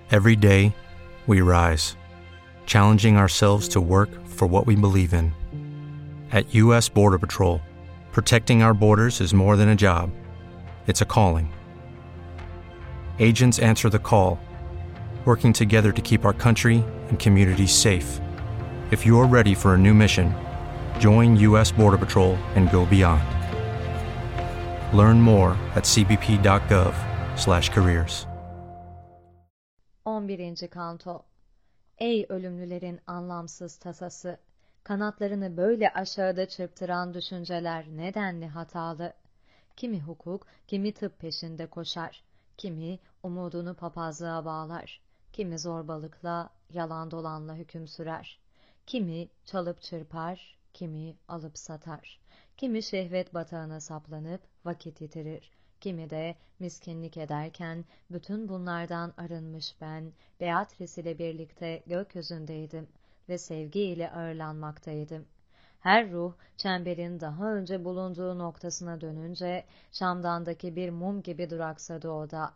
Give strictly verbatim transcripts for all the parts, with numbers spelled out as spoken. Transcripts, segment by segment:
Every day, we rise, challenging ourselves to work for what we believe in. At U S Border Patrol, protecting our borders is more than a job. It's a calling. Agents answer the call, working together to keep our country and communities safe. If you're ready for a new mission, join U S Border Patrol and go beyond. Learn more at c b p dot gov slash careers. on birinci Kanto. Ey ölümlülerin anlamsız tasası! Kanatlarını böyle aşağıda çırptıran düşünceler nedenli hatalı? Kimi hukuk, kimi tıp peşinde koşar. Kimi umudunu papazlığa bağlar. Kimi zorbalıkla, yalan dolanla hüküm sürer. Kimi çalıp çırpar, kimi alıp satar. Kimi şehvet batağına saplanıp vakit yitirir. Kimi de miskinlik ederken bütün bunlardan arınmış ben, Beatrice ile birlikte gökyüzündeydim ve sevgiyle ağırlanmaktaydım. Her ruh çemberin daha önce bulunduğu noktasına dönünce şamdandaki bir mum gibi duraksadı o da.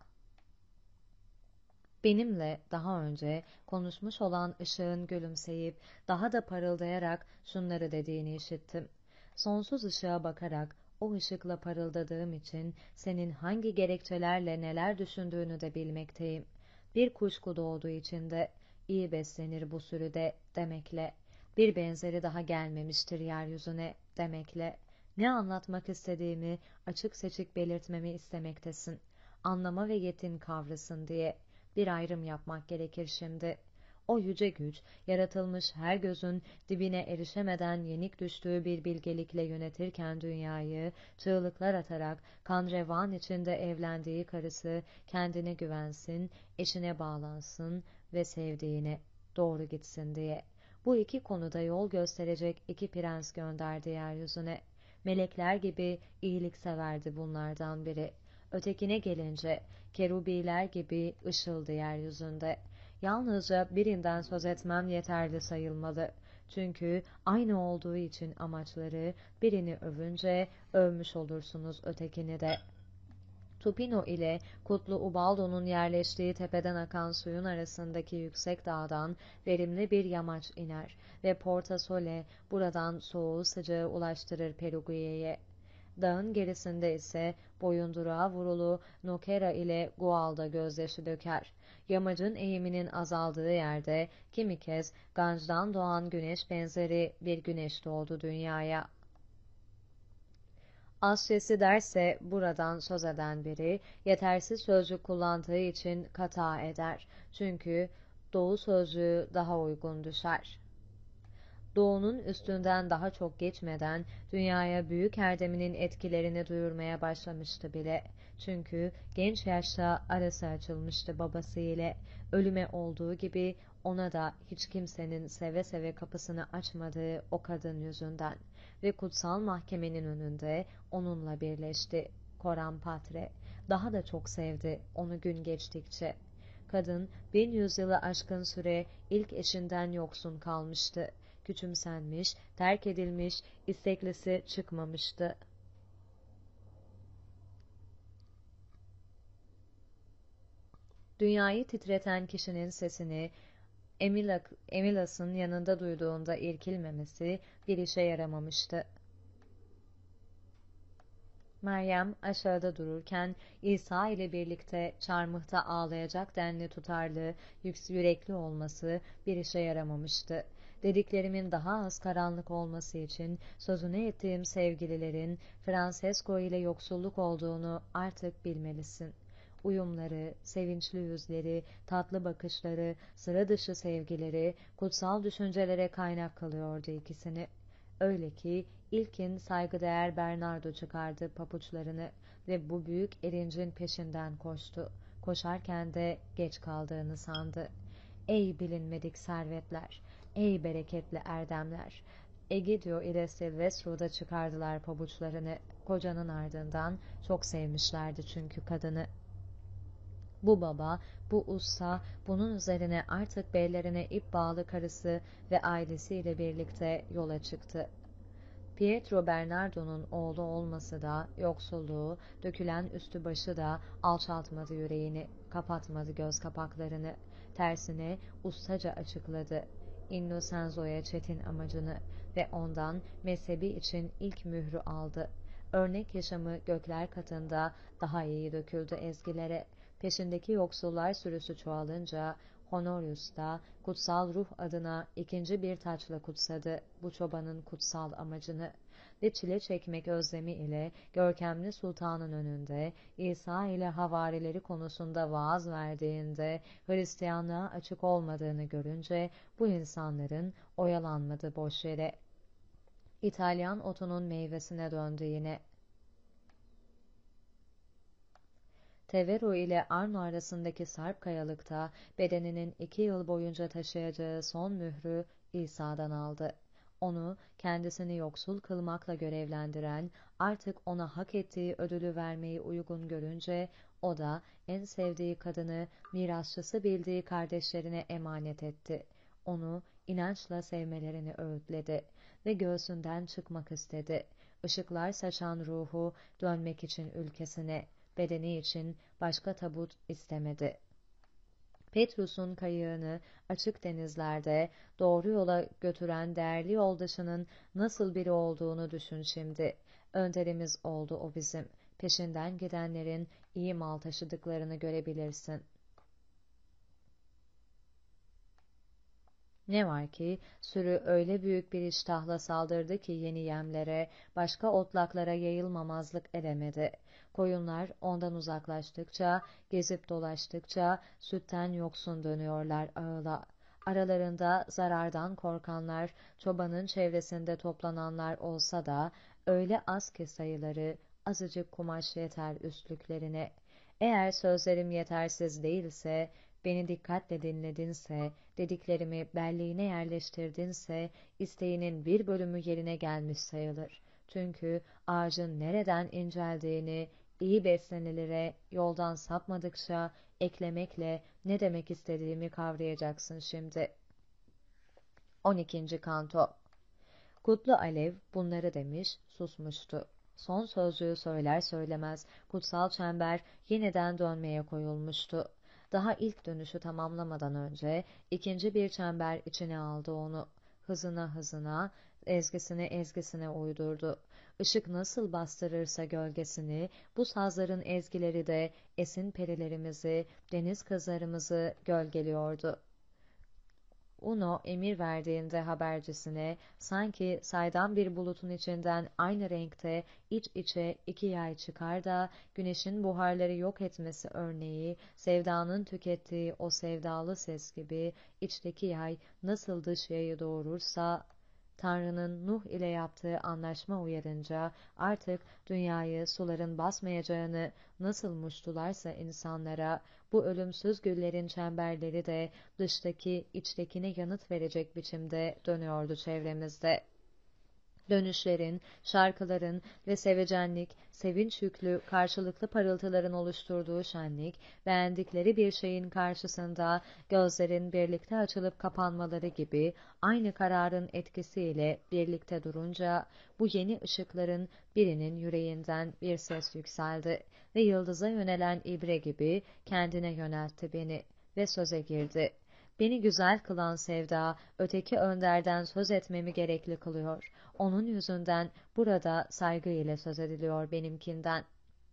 Benimle daha önce konuşmuş olan ışığın gülümseyip daha da parıldayarak şunları dediğini işittim. Sonsuz ışığa bakarak o ışıkla parıldadığım için senin hangi gerekçelerle neler düşündüğünü de bilmekteyim. Bir kuşku doğduğu içinde, iyi beslenir bu sürüde demekle, bir benzeri daha gelmemiştir yeryüzüne demekle, ne anlatmak istediğimi açık seçik belirtmemi istemektesin. Anlama ve yetin kavrasın diye bir ayrım yapmak gerekir şimdi. O yüce güç, yaratılmış her gözün dibine erişemeden yenik düştüğü bir bilgelikle yönetirken dünyayı, çığlıklar atarak kan revan içinde evlendiği karısı kendine güvensin, eşine bağlansın ve sevdiğine doğru gitsin diye. Bu iki konuda yol gösterecek iki prens gönderdi yeryüzüne. Melekler gibi iyilikseverdi bunlardan biri. Ötekine gelince kerubiler gibi ışıldı yeryüzünde. Yalnızca birinden söz etmem yeterli sayılmalı. Çünkü aynı olduğu için amaçları, birini övünce övmüş olursunuz ötekini de. Tupino ile Kutlu Ubaldo'nun yerleştiği tepeden akan suyun arasındaki yüksek dağdan verimli bir yamaç iner ve Porta Sole buradan soğuğu sıcağı ulaştırır Perugia'ya. Dağın gerisinde ise boyunduruğa vurulu Nokera ile Gualda gözyaşı döker. Yamacın eğiminin azaldığı yerde kimi kez Ganj'dan doğan güneş benzeri bir güneş doğdu dünyaya. Asyesi derse buradan söz eden biri yetersiz sözcük kullandığı için kata eder. Çünkü doğu sözcüğü daha uygun düşer. Doğunun üstünden daha çok geçmeden dünyaya büyük erdeminin etkilerini duyurmaya başlamıştı bile. Çünkü genç yaşta arası açılmıştı babası ile. Ölüme olduğu gibi ona da hiç kimsenin seve seve kapısını açmadığı o kadın yüzünden. Ve kutsal mahkemenin önünde onunla birleşti. Coram Patre. Daha da çok sevdi onu gün geçtikçe. Kadın bin yüzyılı aşkın süre ilk eşinden yoksun kalmıştı. Küçümsenmiş, terk edilmiş, isteklisi çıkmamıştı. Dünyayı titreten kişinin sesini Emilas'ın yanında duyduğunda irkilmemesi bir işe yaramamıştı. Meryem aşağıda dururken İsa ile birlikte çarmıhta ağlayacak denli tutarlı, yürekli olması bir işe yaramamıştı. Dediklerimin daha az karanlık olması için sözünü ettiğim sevgililerin Francesco ile yoksulluk olduğunu artık bilmelisin. Uyumları, sevinçli yüzleri, tatlı bakışları, sıra dışı sevgileri, kutsal düşüncelere kaynak kılıyordu ikisini. Öyle ki ilkin saygıdeğer Bernardo çıkardı papuçlarını ve bu büyük erincin peşinden koştu. Koşarken de geç kaldığını sandı. Ey bilinmedik servetler, ey bereketli erdemler! Egidio ile Silvestro da çıkardılar pabuçlarını. Kocanın ardından çok sevmişlerdi çünkü kadını. Bu baba, bu ussa, bunun üzerine artık bellerine ip bağlı karısı ve ailesiyle birlikte yola çıktı. Pietro Bernardo'nun oğlu olması da, yoksulluğu, dökülen üstü başı da alçaltmadı yüreğini, kapatmadı göz kapaklarını. Tersine ustaca açıkladı Innocenzo'ya çetin amacını ve ondan mezhebi için ilk mührü aldı. Örnek yaşamı gökler katında daha iyi döküldü ezgilere. Peşindeki yoksullar sürüsü çoğalınca Honorius da kutsal ruh adına ikinci bir taçla kutsadı bu çobanın kutsal amacını ve çile çekmek özlemi ile görkemli sultanın önünde İsa ile havarileri konusunda vaaz verdiğinde Hristiyanlığa açık olmadığını görünce bu insanların oyalanmadı boş yere. İtalyan otunun meyvesine döndü yine. Tevero ile Arno arasındaki sarp kayalıkta bedeninin iki yıl boyunca taşıyacağı son mührü İsa'dan aldı. Onu kendisini yoksul kılmakla görevlendiren, artık ona hak ettiği ödülü vermeyi uygun görünce, o da en sevdiği kadını mirasçısı bildiği kardeşlerine emanet etti. Onu inançla sevmelerini öğütledi ve göğsünden çıkmak istedi. Işıklar saçan ruhu dönmek için ülkesine, bedeni için başka tabut istemedi. Petrus'un kayığını açık denizlerde doğru yola götüren değerli yoldaşının nasıl biri olduğunu düşün şimdi. Önderimiz oldu o bizim. Peşinden gidenlerin iyi mal taşıdıklarını görebilirsin. Ne var ki sürü öyle büyük bir iştahla saldırdı ki yeni yemlere, başka otlaklara yayılmamazlık edemedi. Koyunlar ondan uzaklaştıkça, gezip dolaştıkça sütten yoksun dönüyorlar ağıla. Aralarında zarardan korkanlar, çobanın çevresinde toplananlar olsa da öyle az ki sayıları, azıcık kumaş yeter üstlüklerine. Eğer sözlerim yetersiz değilse, beni dikkatle dinledinse, dediklerimi belleğine yerleştirdinse, isteğinin bir bölümü yerine gelmiş sayılır. Çünkü ağacın nereden inceldiğini, iyi beslenilere, yoldan sapmadıkça eklemekle ne demek istediğimi kavrayacaksın şimdi. on ikinci Kanto. Kutlu Alev bunları demiş, susmuştu. Son sözcüğü söyler söylemez kutsal çember yeniden dönmeye koyulmuştu. Daha ilk dönüşü tamamlamadan önce ikinci bir çember içine aldı onu. Hızına hızına, ezgisine ezgisine uydurdu. Işık nasıl bastırırsa gölgesini, bu sazların ezgileri de esin perilerimizi, deniz kızlarımızı gölgeliyordu. Uno emir verdiğinde habercisine, sanki saydam bir bulutun içinden aynı renkte iç içe iki yay çıkar da, güneşin buharları yok etmesi örneği, sevdanın tükettiği o sevdalı ses gibi, içteki yay nasıl dış yayı doğurursa, Tanrı'nın Nuh ile yaptığı anlaşma uyarınca, artık dünyayı suların basmayacağını nasıl muştularsa insanlara, bu ölümsüz güllerin çemberleri de dıştaki içtekine yanıt verecek biçimde dönüyordu çevremizde. Dönüşlerin, şarkıların ve sevecenlik, sevinç yüklü karşılıklı parıltıların oluşturduğu şenlik, beğendikleri bir şeyin karşısında gözlerin birlikte açılıp kapanmaları gibi aynı kararın etkisiyle birlikte durunca, bu yeni ışıkların birinin yüreğinden bir ses yükseldi ve yıldıza yönelen ibre gibi kendine yöneltti beni ve söze girdi. Beni güzel kılan sevda, öteki önderden söz etmemi gerekli kılıyor. Onun yüzünden burada saygı ile söz ediliyor benimkinden.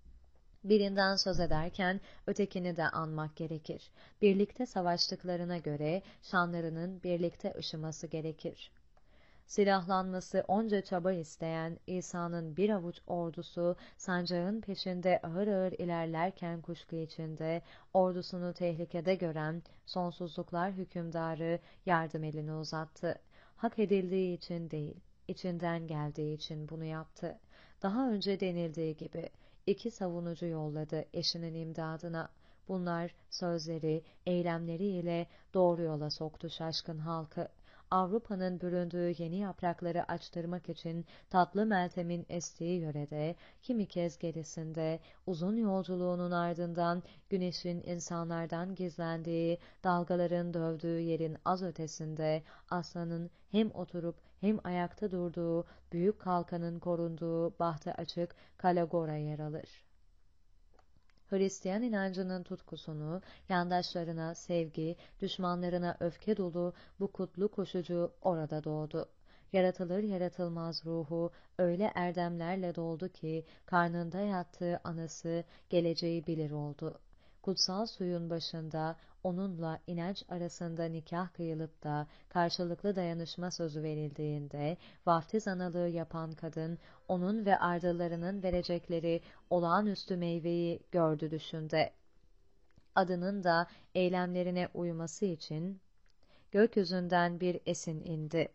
Birinden söz ederken ötekini de anmak gerekir. Birlikte savaştıklarına göre şanlarının birlikte ışıması gerekir. Silahlanması onca çaba isteyen İsa'nın bir avuç ordusu sancağın peşinde ağır ağır ilerlerken kuşku içinde ordusunu tehlikede gören sonsuzluklar hükümdarı yardım elini uzattı. Hak edildiği için değil, içinden geldiği için bunu yaptı. Daha önce denildiği gibi iki savunucu yolladı eşinin imdadına. Bunlar sözleri, eylemleriyle doğru yola soktu şaşkın halkı. Avrupa'nın büründüğü yeni yaprakları açtırmak için tatlı Meltem'in estiği yörede, kimi kez gerisinde, uzun yolculuğunun ardından güneşin insanlardan gizlendiği, dalgaların dövdüğü yerin az ötesinde, aslanın hem oturup hem ayakta durduğu, büyük kalkanın korunduğu bahtı açık Kalagora yer alır. Hristiyan inancının tutkusunu, yandaşlarına sevgi, düşmanlarına öfke dolu bu kutlu koşucu orada doğdu. Yaratılır yaratılmaz ruhu öyle erdemlerle doldu ki karnında yattığı anası geleceği bilir oldu. Kutsal suyun başında onunla inanç arasında nikah kıyılıp da karşılıklı dayanışma sözü verildiğinde vaftiz analığı yapan kadın onun ve ardıllarının verecekleri olağanüstü meyveyi gördü düşünde. Adının da eylemlerine uyması için gökyüzünden bir esin indi.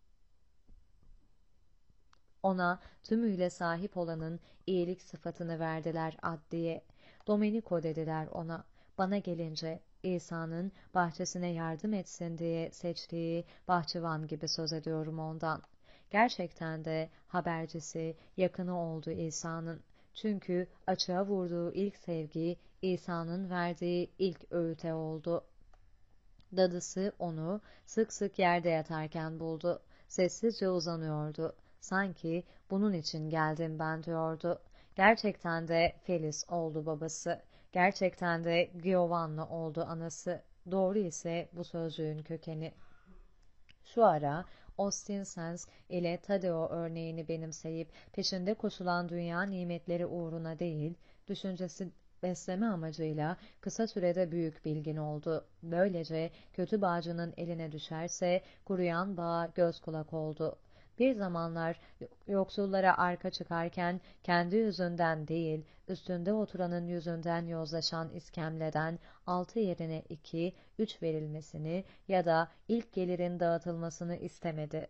Ona tümüyle sahip olanın iyilik sıfatını verdiler ad diye. Domenico dediler ona. Bana gelince İsa'nın bahçesine yardım etsin diye seçtiği bahçıvan gibi söz ediyorum ondan. Gerçekten de habercisi, yakını oldu İsa'nın. Çünkü açığa vurduğu ilk sevgi İsa'nın verdiği ilk öğüte oldu. Dadısı onu sık sık yerde yatarken buldu. Sessizce uzanıyordu. Sanki bunun için geldim ben diyordu. Gerçekten de Felis oldu babası. Gerçekten de Giovanna oldu anası. Doğru ise bu sözcüğün kökeni. Şu ara Austin Sens ile Tadeo örneğini benimseyip peşinde koşulan dünya nimetleri uğruna değil, düşüncesi besleme amacıyla kısa sürede büyük bilgin oldu. Böylece kötü bağcının eline düşerse kuruyan bağa göz kulak oldu. Bir zamanlar yoksullara arka çıkarken kendi yüzünden değil, üstünde oturanın yüzünden yozlaşan iskemleden altı yerine iki, üç verilmesini ya da ilk gelirin dağıtılmasını istemedi.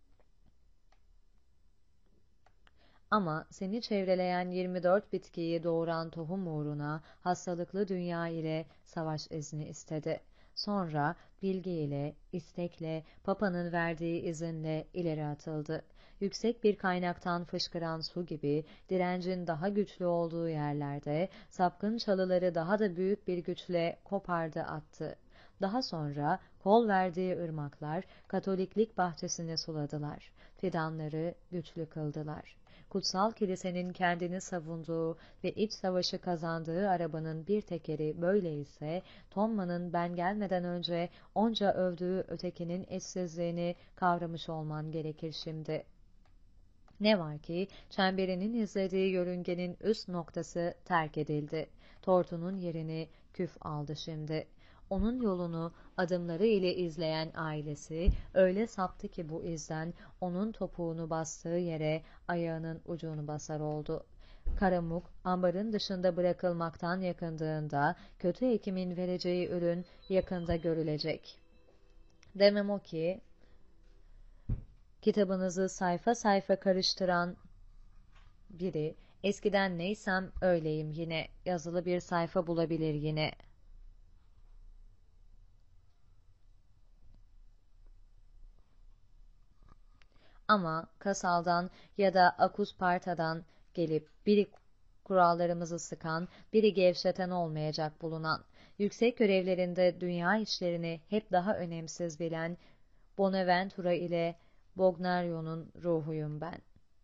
Ama seni çevreleyen yirmi dört bitkiyi doğuran tohum uğruna hastalıklı dünya ile savaş izni istedi. Sonra bilgiyle, istekle, Papa'nın verdiği izinle ileri atıldı. Yüksek bir kaynaktan fışkıran su gibi direncin daha güçlü olduğu yerlerde sapkın çalıları daha da büyük bir güçle kopardı attı. Daha sonra kol verdiği ırmaklar Katoliklik bahçesini suladılar. Fidanları güçlü kıldılar. Kutsal kilisenin kendini savunduğu ve iç savaşı kazandığı arabanın bir tekeri böyleyse, Tomma'nın ben gelmeden önce onca övdüğü ötekinin eşsizliğini kavramış olman gerekir şimdi. Ne var ki çemberinin izlediği yörüngenin üst noktası terk edildi. Tortunun yerini küf aldı şimdi. Onun yolunu adımları ile izleyen ailesi öyle saptı ki bu izden onun topuğunu bastığı yere ayağının ucunu basar oldu. Karamuk ambarın dışında bırakılmaktan yakındığında kötü hekimin vereceği ürün yakında görülecek. Demem o ki kitabınızı sayfa sayfa karıştıran biri eskiden neysem öyleyim yine yazılı bir sayfa bulabilir yine. Ama Kasal'dan ya da Akusparta'dan gelip biri kurallarımızı sıkan, biri gevşeten olmayacak bulunan, yüksek görevlerinde dünya işlerini hep daha önemsiz bilen Bonaventura ile Bognario'nun ruhuyum ben.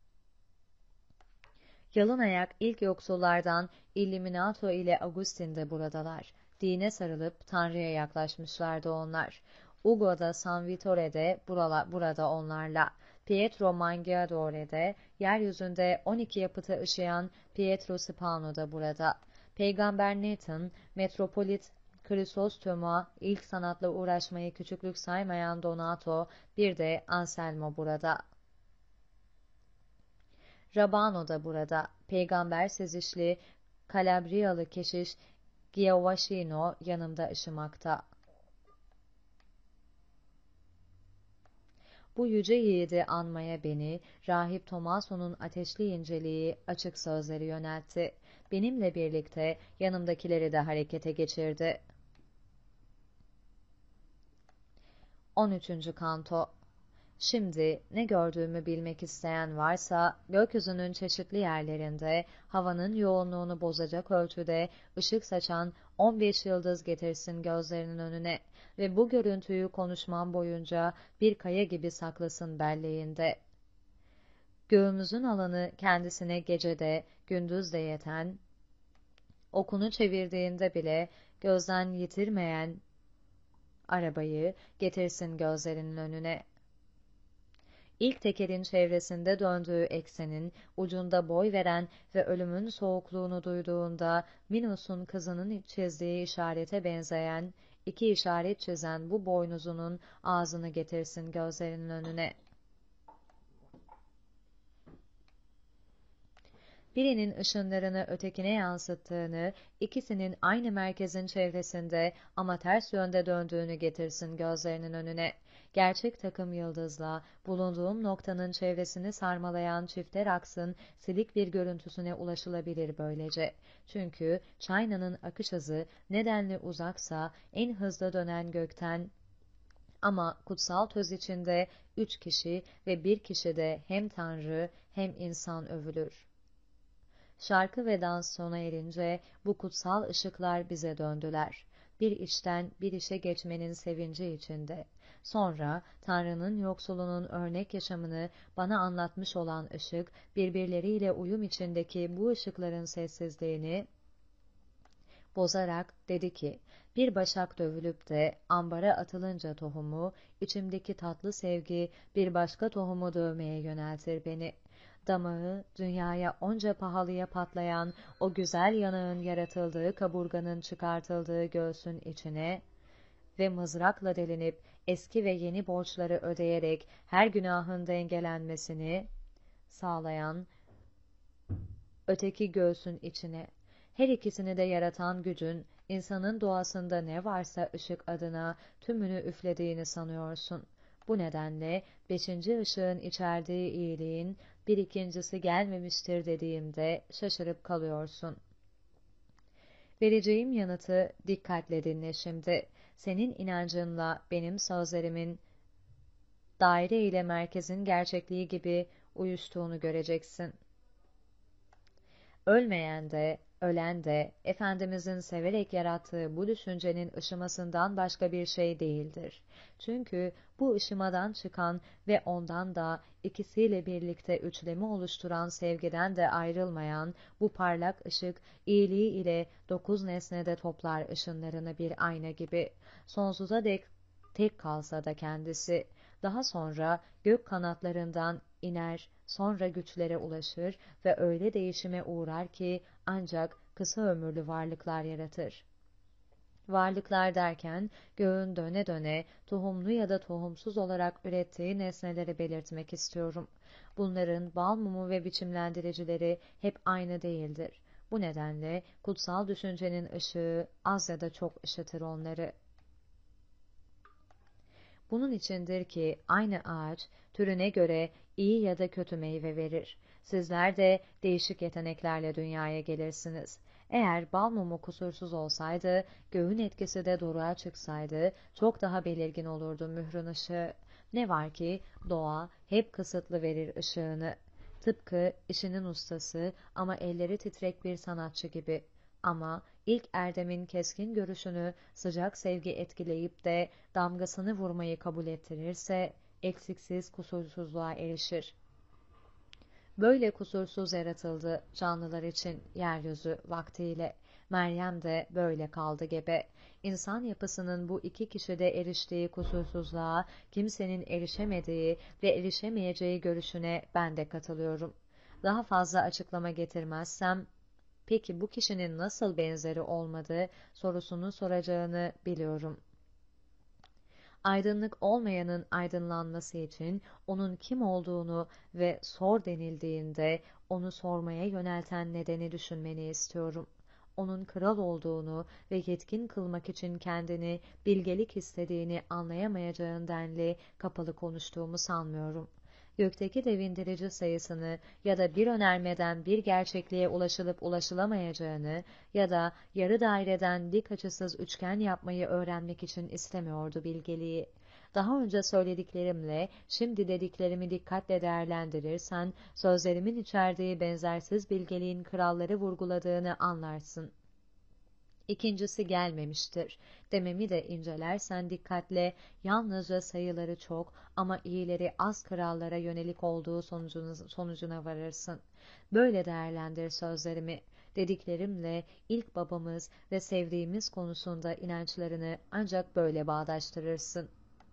Yalın ayak ilk yoksullardan Illuminato ile Agustin de buradalar. Dine sarılıp Tanrı'ya yaklaşmışlardı onlar. Ugo da San Vittore'de burala, burada onlarla. Pietro Mangiadore'de, yeryüzünde on iki yapıtı ışıyan Pietro Spano da burada. Peygamber Nathan, Metropolit Chrysostom'a ilk sanatla uğraşmayı küçüklük saymayan Donato, bir de Anselmo burada. Rabano da burada. Peygamber sezişli Kalabriyalı keşiş Giovacchino yanımda ışımakta. Bu yüce yiğidi anmaya beni, Rahip Tomaso'nun ateşli inceliği açık sözleri yöneltti. Benimle birlikte yanımdakileri de harekete geçirdi. on üçüncü Kanto. Şimdi ne gördüğümü bilmek isteyen varsa, gökyüzünün çeşitli yerlerinde havanın yoğunluğunu bozacak ölçüde ışık saçan on beş yıldız getirsin gözlerinin önüne ve bu görüntüyü konuşmam boyunca bir kaya gibi saklasın belleğinde. Göğümüzün alanı kendisine gecede, gündüzde yeten, okunu çevirdiğinde bile gözden yitirmeyen arabayı getirsin gözlerinin önüne. İlk tekerin çevresinde döndüğü eksenin ucunda boy veren ve ölümün soğukluğunu duyduğunda Minos'un kızının çizdiği işarete benzeyen, iki işaret çizen bu boynuzunun ağzını getirsin gözlerinin önüne. Birinin ışınlarını ötekine yansıttığını, ikisinin aynı merkezin çevresinde ama ters yönde döndüğünü getirsin gözlerinin önüne. Gerçek takım yıldızla bulunduğum noktanın çevresini sarmalayan çifter aksın silik bir görüntüsüne ulaşılabilir böylece. Çünkü China'nın akış hızı nedenli uzaksa en hızlı dönen gökten, ama kutsal töz içinde üç kişi ve bir kişi de hem Tanrı hem insan övülür. Şarkı ve dans sona erince bu kutsal ışıklar bize döndüler. Bir işten bir işe geçmenin sevinci içinde. Sonra Tanrı'nın yoksulunun örnek yaşamını bana anlatmış olan ışık, birbirleriyle uyum içindeki bu ışıkların sessizliğini bozarak dedi ki, bir başak dövülüp de ambara atılınca tohumu, içimdeki tatlı sevgi bir başka tohumu dövmeye yöneltir beni. Damağı, dünyaya onca pahalıya patlayan o güzel yanağın yaratıldığı kaburganın çıkartıldığı göğsün içine ve mızrakla delinip eski ve yeni borçları ödeyerek her günahın dengelenmesini sağlayan öteki göğsün içine, her ikisini de yaratan gücün, insanın doğasında ne varsa ışık adına tümünü üflediğini sanıyorsun. Bu nedenle beşinci ışığın içerdiği iyiliğin bir ikincisi gelmemiştir dediğimde şaşırıp kalıyorsun. Vereceğim yanıtı dikkatle dinle şimdi. Senin inancınla benim sözlerimin daire ile merkezin gerçekliği gibi uyuştuğunu göreceksin. Ölmeyen de, ölen de, Efendimizin severek yarattığı bu düşüncenin ışımasından başka bir şey değildir. Çünkü bu ışımadan çıkan ve ondan da ikisiyle birlikte üçlemi oluşturan sevgiden de ayrılmayan bu parlak ışık, iyiliği ile dokuz nesnede toplar ışınlarını bir ayna gibi. Sonsuza dek tek kalsa da kendisi, daha sonra gök kanatlarından iner, sonra güçlere ulaşır ve öyle değişime uğrar ki ancak kısa ömürlü varlıklar yaratır. Varlıklar derken göğün döne döne tohumlu ya da tohumsuz olarak ürettiği nesneleri belirtmek istiyorum. Bunların bal mumu ve biçimlendiricileri hep aynı değildir. Bu nedenle kutsal düşüncenin ışığı az ya da çok ışıtır onları. Bunun içindir ki aynı ağaç türüne göre iyi ya da kötü meyve verir. Sizler de değişik yeteneklerle dünyaya gelirsiniz. Eğer bal mumu kusursuz olsaydı, göğün etkisi de doruğa çıksaydı, çok daha belirgin olurdu mührün ışığı. Ne var ki doğa hep kısıtlı verir ışığını. Tıpkı işinin ustası ama elleri titrek bir sanatçı gibi. Ama ilk erdemin keskin görüşünü sıcak sevgi etkileyip de damgasını vurmayı kabul ettirirse, eksiksiz kusursuzluğa erişir. Böyle kusursuz yaratıldı canlılar için yeryüzü vaktiyle. Meryem de böyle kaldı gebe. İnsan yapısının bu iki kişide eriştiği kusursuzluğa kimsenin erişemediği ve erişemeyeceği görüşüne ben de katılıyorum. Daha fazla açıklama getirmezsem, peki bu kişinin nasıl benzeri olmadığı sorusunu soracağını biliyorum. Aydınlık olmayanın aydınlanması için onun kim olduğunu ve sor denildiğinde onu sormaya yönelten nedeni düşünmeni istiyorum. Onun kral olduğunu ve yetkin kılmak için kendini bilgelik istediğini anlayamayacağın denli kapalı konuştuğumu sanmıyorum. Gökteki devindirici sayısını ya da bir önermeden bir gerçekliğe ulaşılıp ulaşılamayacağını ya da yarı daireden dik açısız üçgen yapmayı öğrenmek için istemiyordu bilgeliği. Daha önce söylediklerimle şimdi dediklerimi dikkatle değerlendirirsen, sözlerimin içerdiği benzersiz bilgeliğin kralları vurguladığını anlarsın. İkincisi gelmemiştir dememi de incelersen dikkatle, yalnızca sayıları çok ama iyileri az krallara yönelik olduğu sonucuna, sonucuna varırsın. Böyle değerlendir sözlerimi. Dediklerimle ilk babamız ve sevdiğimiz konusunda inançlarını ancak böyle bağdaştırırsın.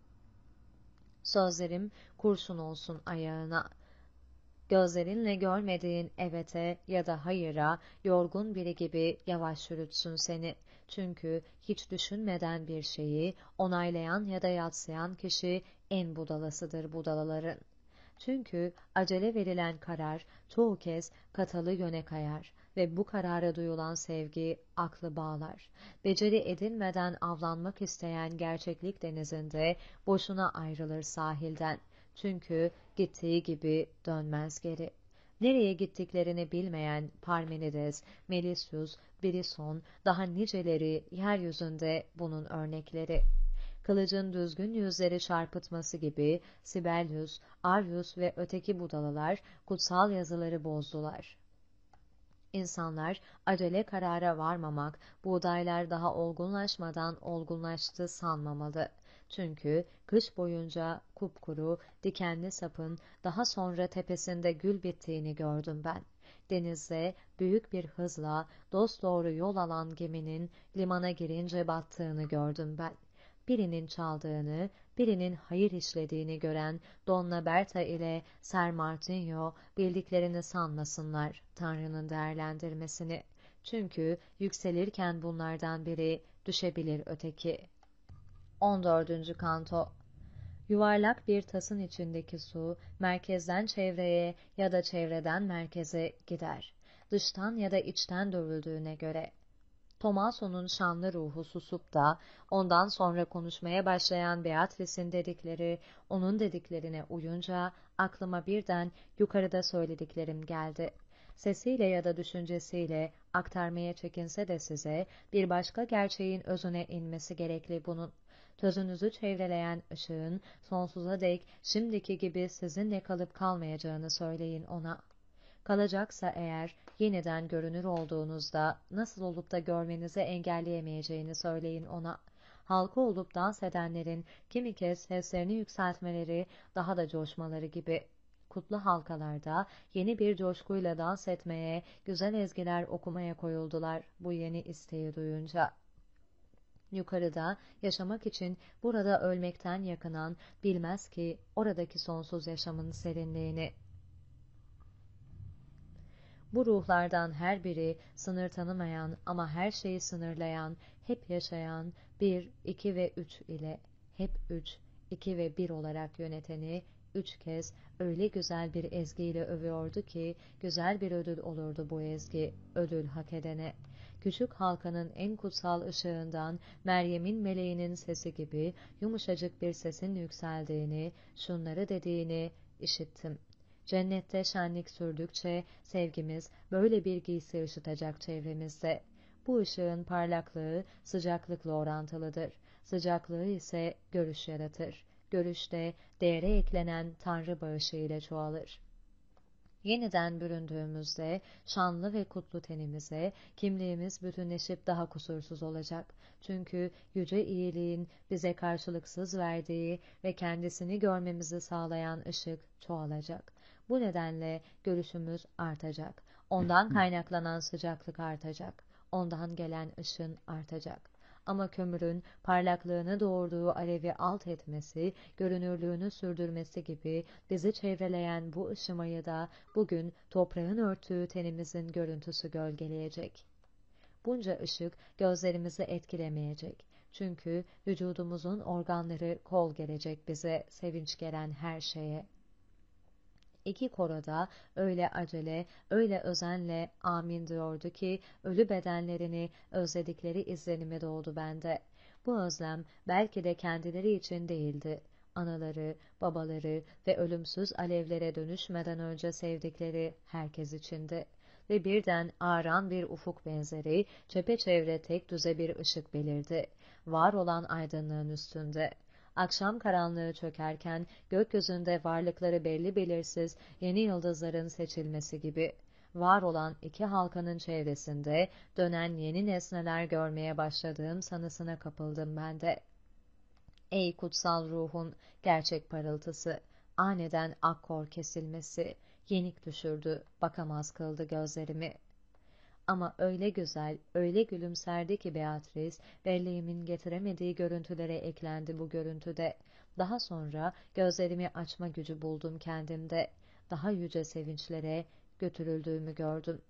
Sözlerim kurşun olsun ayağına. Gözlerinle görmediğin evete ya da hayıra yorgun biri gibi yavaş yürütsün seni. Çünkü hiç düşünmeden bir şeyi onaylayan ya da yadsıyan kişi en budalasıdır budalaların. Çünkü acele verilen karar çoğu kez katalı yöne kayar ve bu karara duyulan sevgi aklı bağlar. Beceri edinmeden avlanmak isteyen gerçeklik denizinde boşuna ayrılır sahilden. Çünkü gittiği gibi dönmez geri. Nereye gittiklerini bilmeyen Parmenides, Melissus, Brison, daha niceleri yeryüzünde bunun örnekleri. Kılıcın düzgün yüzleri çarpıtması gibi Sibelius, Arius ve öteki budalalar kutsal yazıları bozdular. İnsanlar acele karara varmamak, buğdaylar daha olgunlaşmadan olgunlaştı sanmamalı. Çünkü kış boyunca kupkuru, dikenli sapın daha sonra tepesinde gül bittiğini gördüm ben. Denizde büyük bir hızla dosdoğru yol alan geminin limana girince battığını gördüm ben. Birinin çaldığını, birinin hayır işlediğini gören Donna Berta ile Ser Martinho bildiklerini sanmasınlar Tanrı'nın değerlendirmesini. Çünkü yükselirken bunlardan biri düşebilir öteki. on dördüncü Kanto. Yuvarlak bir tasın içindeki su, merkezden çevreye ya da çevreden merkeze gider. Dıştan ya da içten dövüldüğüne göre. Tomaso'nun şanlı ruhu susup da, ondan sonra konuşmaya başlayan Beatrice'in dedikleri, onun dediklerine uyunca, aklıma birden yukarıda söylediklerim geldi. Sesiyle ya da düşüncesiyle aktarmaya çekinse de size, bir başka gerçeğin özüne inmesi gerekli bunun. Tözünüzü çevreleyen ışığın, sonsuza dek şimdiki gibi sizinle kalıp kalmayacağını söyleyin ona. Kalacaksa eğer, yeniden görünür olduğunuzda nasıl olup da görmenizi engelleyemeyeceğini söyleyin ona. Halka olup dans edenlerin kimi kez seslerini yükseltmeleri, daha da coşmaları gibi. Kutlu halkalarda yeni bir coşkuyla dans etmeye, güzel ezgiler okumaya koyuldular bu yeni isteği duyunca. Yukarıda yaşamak için burada ölmekten yakınan bilmez ki oradaki sonsuz yaşamın serinliğini. Bu ruhlardan her biri sınır tanımayan ama her şeyi sınırlayan, hep yaşayan bir, iki ve üç ile, hep üç, iki ve bir olarak yöneteni, üç kez öyle güzel bir ezgiyle övüyordu ki, güzel bir ödül olurdu bu ezgi, ödül hak edene. Küçük halkanın en kutsal ışığından Meryem'in meleğinin sesi gibi yumuşacık bir sesin yükseldiğini, şunları dediğini işittim. Cennette şenlik sürdükçe sevgimiz böyle bir giysi ışıtacak çevremizde. Bu ışığın parlaklığı sıcaklıkla orantılıdır. Sıcaklığı ise görüş yaratır. Görüş de değere eklenen Tanrı bağışı ile çoğalır. Yeniden büründüğümüzde şanlı ve kutlu tenimize kimliğimiz bütünleşip daha kusursuz olacak. Çünkü yüce iyiliğin bize karşılıksız verdiği ve kendisini görmemizi sağlayan ışık çoğalacak. Bu nedenle görüşümüz artacak. Ondan kaynaklanan sıcaklık artacak. Ondan gelen ışın artacak. Ama kömürün parlaklığını doğurduğu alevi alt etmesi, görünürlüğünü sürdürmesi gibi bizi çevreleyen bu ışımayı da bugün toprağın örttüğü tenimizin görüntüsü gölgeleyecek. Bunca ışık gözlerimizi etkilemeyecek. Çünkü vücudumuzun organları kol gelecek bize, sevinç gelen her şeye. İki koroda öyle acele, öyle özenle amin diyordu ki, ölü bedenlerini özledikleri izlenimi doğdu bende. Bu özlem belki de kendileri için değildi. Anaları, babaları ve ölümsüz alevlere dönüşmeden önce sevdikleri herkes içindi. Ve birden ağaran bir ufuk benzeri, çepeçevre tek düze bir ışık belirdi. Var olan aydınlığın üstünde. Akşam karanlığı çökerken gökyüzünde varlıkları belli belirsiz yeni yıldızların seçilmesi gibi. Var olan iki halkanın çevresinde dönen yeni nesneler görmeye başladığım sanısına kapıldım ben de. Ey kutsal ruhun gerçek parıltısı, aniden akkor kesilmesi, yenik düşürdü, bakamaz kıldı gözlerimi. Ama öyle güzel, öyle gülümserdi ki Beatrice, belleğimin getiremediği görüntülere eklendi bu görüntüde. Daha sonra gözlerimi açma gücü buldum kendimde. Daha yüce sevinçlere götürüldüğümü gördüm.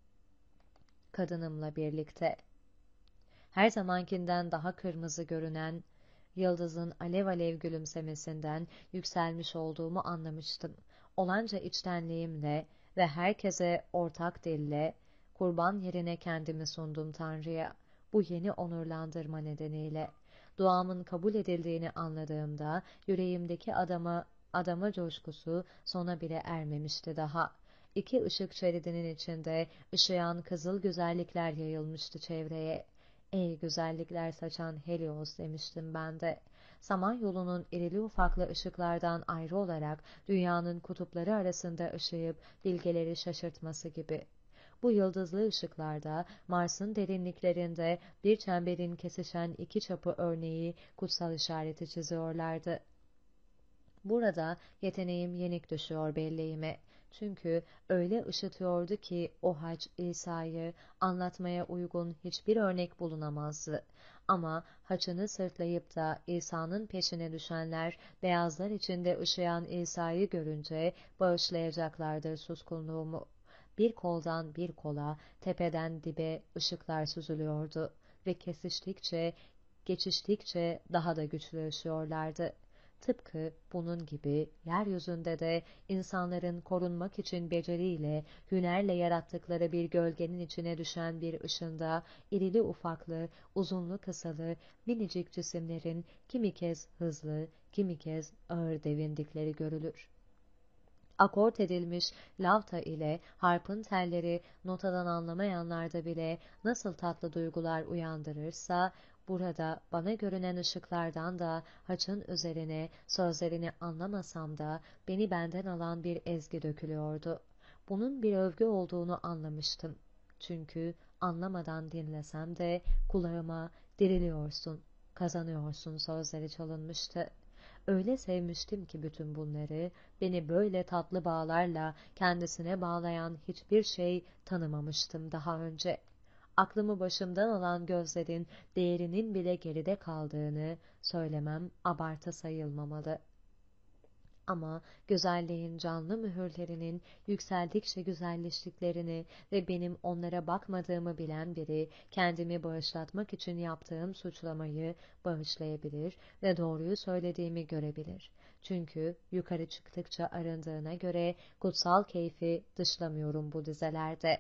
Kadınımla birlikte. Her zamankinden daha kırmızı görünen yıldızın alev alev gülümsemesinden yükselmiş olduğumu anlamıştım. Olanca içtenliğimle ve herkese ortak dille kurban yerine kendimi sundum Tanrı'ya. Bu yeni onurlandırma nedeniyle. Duamın kabul edildiğini anladığımda yüreğimdeki adama, adama coşkusu sona bile ermemişti daha. İki ışık şeridinin içinde ışıyan kızıl güzellikler yayılmıştı çevreye. Ey güzellikler saçan Helios demiştim ben de. Samanyolu'nun irili ufaklı ışıklardan ayrı olarak dünyanın kutupları arasında ışıyıp bilgeleri şaşırtması gibi. Bu yıldızlı ışıklarda Mars'ın derinliklerinde bir çemberin kesişen iki çapı örneği kutsal işareti çiziyorlardı. Burada yeteneğim yenik düşüyor belleğime. Çünkü öyle ışıtıyordu ki o hac İsa'yı anlatmaya uygun hiçbir örnek bulunamazdı. Ama haçını sırtlayıp da İsa'nın peşine düşenler beyazlar içinde ışıyan İsa'yı görünce bağışlayacaklardır suskunluğumu. Bir koldan bir kola, tepeden dibe ışıklar süzülüyordu ve kesiştikçe, geçiştikçe daha da güçlü ışıyorlardı. Tıpkı bunun gibi yeryüzünde de insanların korunmak için beceriyle, hünerle yarattıkları bir gölgenin içine düşen bir ışında, irili ufaklı, uzunlu kısalı, minicik cisimlerin kimi kez hızlı, kimi kez ağır devindikleri görülür. Akort edilmiş lavta ile harpın telleri notadan anlamayanlarda bile nasıl tatlı duygular uyandırırsa, burada bana görünen ışıklardan da haçın üzerine sözlerini anlamasam da beni benden alan bir ezgi dökülüyordu. Bunun bir övgü olduğunu anlamıştım. Çünkü anlamadan dinlesem de kulağıma diriliyorsun, kazanıyorsun sözleri çalınmıştı. Öyle sevmiştim ki bütün bunları, beni böyle tatlı bağlarla kendisine bağlayan hiçbir şey tanımamıştım daha önce. Aklımı başımdan alan gözlerin değerinin bile geride kaldığını söylemem abartı sayılmamalı. Ama güzelliğin canlı mühürlerinin yükseldikçe güzelleştiklerini ve benim onlara bakmadığımı bilen biri, kendimi bağışlatmak için yaptığım suçlamayı bağışlayabilir ve doğruyu söylediğimi görebilir. Çünkü yukarı çıktıkça arındığına göre kutsal keyfi dışlamıyorum bu dizelerde.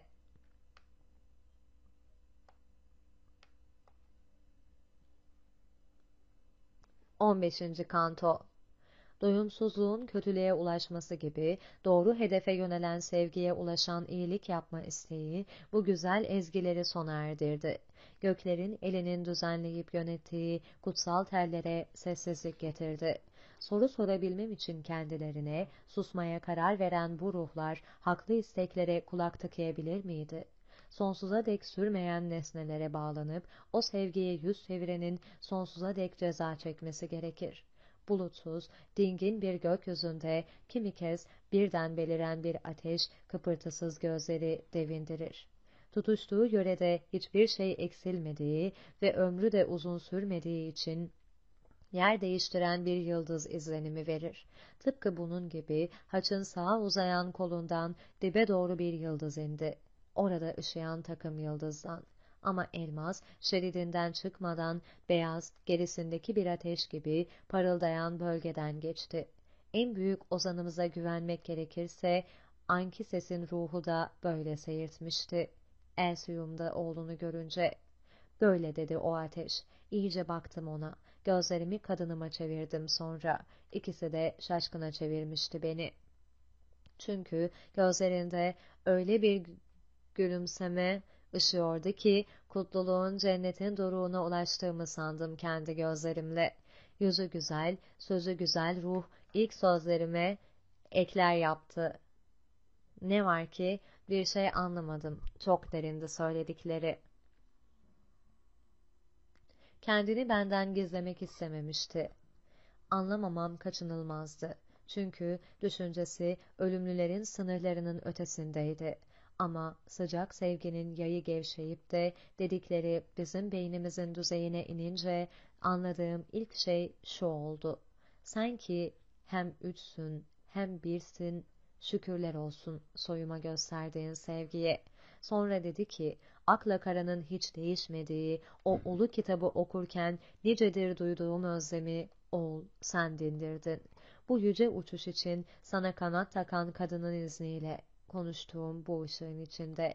on beşinci Kanto. Doyumsuzluğun kötülüğe ulaşması gibi doğru hedefe yönelen sevgiye ulaşan iyilik yapma isteği bu güzel ezgileri sona erdirdi. Göklerin elinin düzenleyip yönettiği kutsal tellere sessizlik getirdi. Soru sorabilmem için kendilerine susmaya karar veren bu ruhlar haklı isteklere kulak tıkayabilir miydi? Sonsuza dek sürmeyen nesnelere bağlanıp o sevgiye yüz çevirenin sonsuza dek ceza çekmesi gerekir. Bulutsuz, dingin bir gökyüzünde kimi kez birden beliren bir ateş kıpırtısız gözleri devindirir. Tutuştuğu yörede hiçbir şey eksilmediği ve ömrü de uzun sürmediği için yer değiştiren bir yıldız izlenimi verir. Tıpkı bunun gibi haçın sağa uzayan kolundan dibe doğru bir yıldız indi. Orada ışıyan takım yıldızdan. Ama elmas şeridinden çıkmadan beyaz gerisindeki bir ateş gibi parıldayan bölgeden geçti. En büyük ozanımıza güvenmek gerekirse Ankises'in ruhu da böyle seyirtmişti. Elsiyum'da oğlunu görünce. Böyle dedi o ateş. İyice baktım ona. Gözlerimi kadınıma çevirdim sonra. İkisi de şaşkına çevirmişti beni. Çünkü gözlerinde öyle bir gülümseme ışıyordu ki kutluluğun cennetin doruğuna ulaştığımı sandım kendi gözlerimle. Yüzü güzel, sözü güzel ruh ilk sözlerime ekler yaptı. Ne var ki bir şey anlamadım. Çok derindi söyledikleri. Kendini benden gizlemek istememişti. Anlamamam kaçınılmazdı. Çünkü düşüncesi ölümlülerin sınırlarının ötesindeydi. Ama sıcak sevginin yayı gevşeyip de dedikleri bizim beynimizin düzeyine inince anladığım ilk şey şu oldu. Sen ki hem üçsün hem birsin, şükürler olsun soyuma gösterdiğin sevgiye. Sonra dedi ki, akla karanın hiç değişmediği o ulu kitabı okurken nicedir duyduğum özlemi, oğul sen dindirdin. Bu yüce uçuş için sana kanat takan kadının izniyle konuştuğum bu ışığın içinde.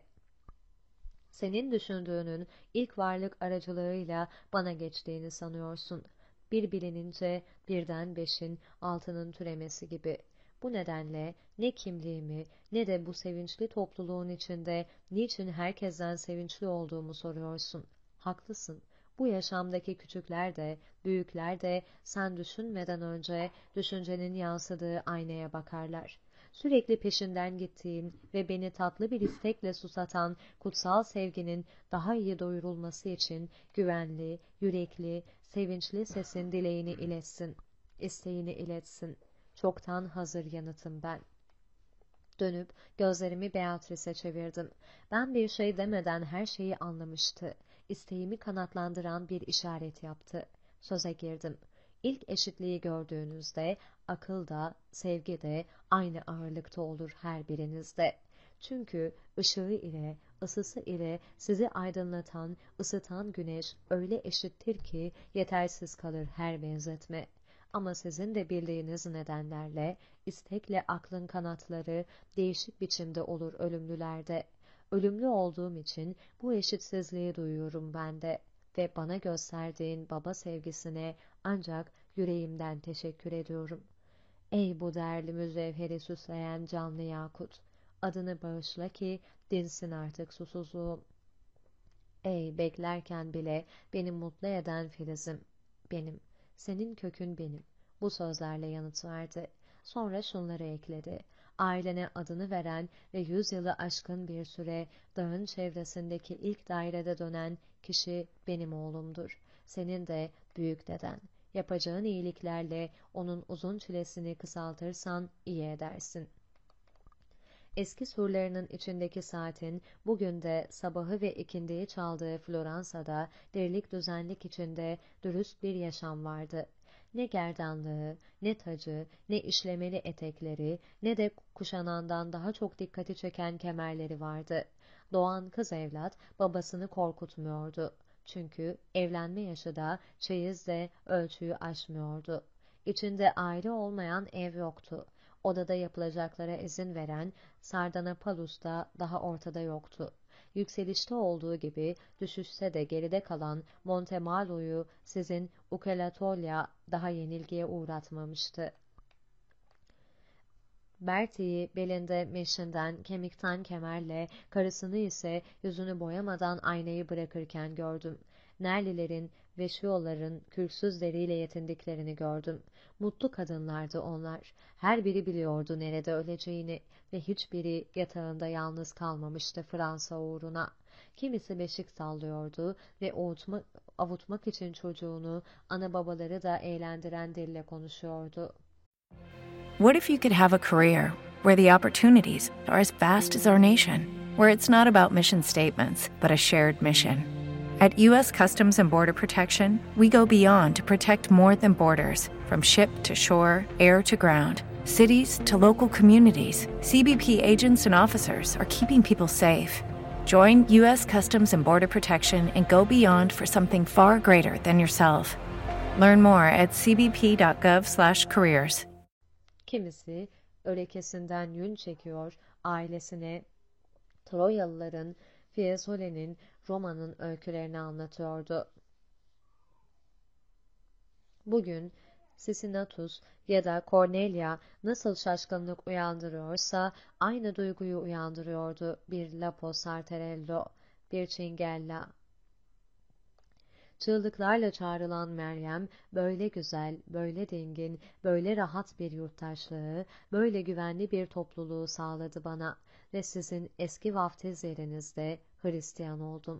Senin düşündüğünün ilk varlık aracılığıyla bana geçtiğini sanıyorsun. Bir bilinince birden beşin altının türemesi gibi. Bu nedenle ne kimliğimi ne de bu sevinçli topluluğun içinde niçin herkesten sevinçli olduğumu soruyorsun. Haklısın. Bu yaşamdaki küçükler de, büyükler de sen düşünmeden önce düşüncenin yansıdığı aynaya bakarlar. Sürekli peşinden gittiğim ve beni tatlı bir istekle susatan kutsal sevginin daha iyi doyurulması için güvenli, yürekli, sevinçli sesin dileğini iletsin, isteğini iletsin. Çoktan hazır yanıtım ben. Dönüp gözlerimi Beatrice'e çevirdim. Ben bir şey demeden her şeyi anlamıştı. İsteğimi kanatlandıran bir işaret yaptı. Söze girdim. İlk eşitliği gördüğünüzde akıl da, sevgi de aynı ağırlıkta olur her birinizde. Çünkü ışığı ile, ısısı ile sizi aydınlatan, ısıtan güneş öyle eşittir ki yetersiz kalır her benzetme. Ama sizin de bildiğiniz nedenlerle, istekle aklın kanatları değişik biçimde olur ölümlülerde. Ölümlü olduğum için bu eşitsizliği duyuyorum ben de ve bana gösterdiğin baba sevgisine ancak yüreğimden teşekkür ediyorum. Ey bu değerli mücevheri süsleyen canlı yakut, adını bağışla ki dinsin artık susuzluğum. Ey beklerken bile beni mutlu eden filizim, benim, senin kökün benim. Bu sözlerle yanıt verdi. Sonra şunları ekledi. Ailene adını veren ve yüz yılı aşkın bir süre dağın çevresindeki ilk dairede dönen kişi benim oğlumdur. Senin de büyük deden. Yapacağın iyiliklerle onun uzun çilesini kısaltırsan iyi edersin. Eski surlarının içindeki saatin bugün de sabahı ve ikindiyi çaldığı Floransa'da dirlik düzenlik içinde dürüst bir yaşam vardı. Ne gerdanlığı, ne tacı, ne işlemeli etekleri, ne de kuşanandan daha çok dikkati çeken kemerleri vardı. Doğan kız evlat babasını korkutmuyordu. Çünkü evlenme yaşı da çeyiz de ölçüyü aşmıyordu. İçinde aile olmayan ev yoktu. Odada yapılacaklara izin veren Sardanapalus da daha ortada yoktu. Yükselişte olduğu gibi düşüşse de geride kalan Montemalo'yu sizin Ukelatolya daha yenilgiye uğratmamıştı. Bertie'yi belinde meşinden, kemikten kemerle, karısını ise yüzünü boyamadan aynayı bırakırken gördüm. Nerlilerin ve Şiyoların kürksüzleriyle yetindiklerini gördüm. Mutlu kadınlardı onlar. Her biri biliyordu nerede öleceğini ve hiçbiri yatağında yalnız kalmamıştı Fransa uğruna. Kimisi beşik sallıyordu ve avutmak, avutmak için çocuğunu, ana babaları da eğlendiren dille konuşuyordu. What if you could have a career where the opportunities are as vast as our nation, where it's not about mission statements, but a shared mission? At U S Customs and Border Protection, we go beyond to protect more than borders, from ship to shore, air to ground, cities to local communities. C B P agents and officers are keeping people safe. Join U S Customs and Border Protection and go beyond for something far greater than yourself. Learn more at c b p dot gov slash careers. Kimisi örekesinden yün çekiyor, ailesine Troyalıların, Fiesole'nin, Roma'nın öykülerini anlatıyordu. Bugün Cincinnatus ya da Cornelia nasıl şaşkınlık uyandırıyorsa aynı duyguyu uyandırıyordu bir Lapo Sartorello, bir Cingella. Çığlıklarla çağrılan Meryem, böyle güzel, böyle dingin, böyle rahat bir yurttaşlığı, böyle güvenli bir topluluğu sağladı bana ve sizin eski vaftiz yerinizde Hristiyan oldum.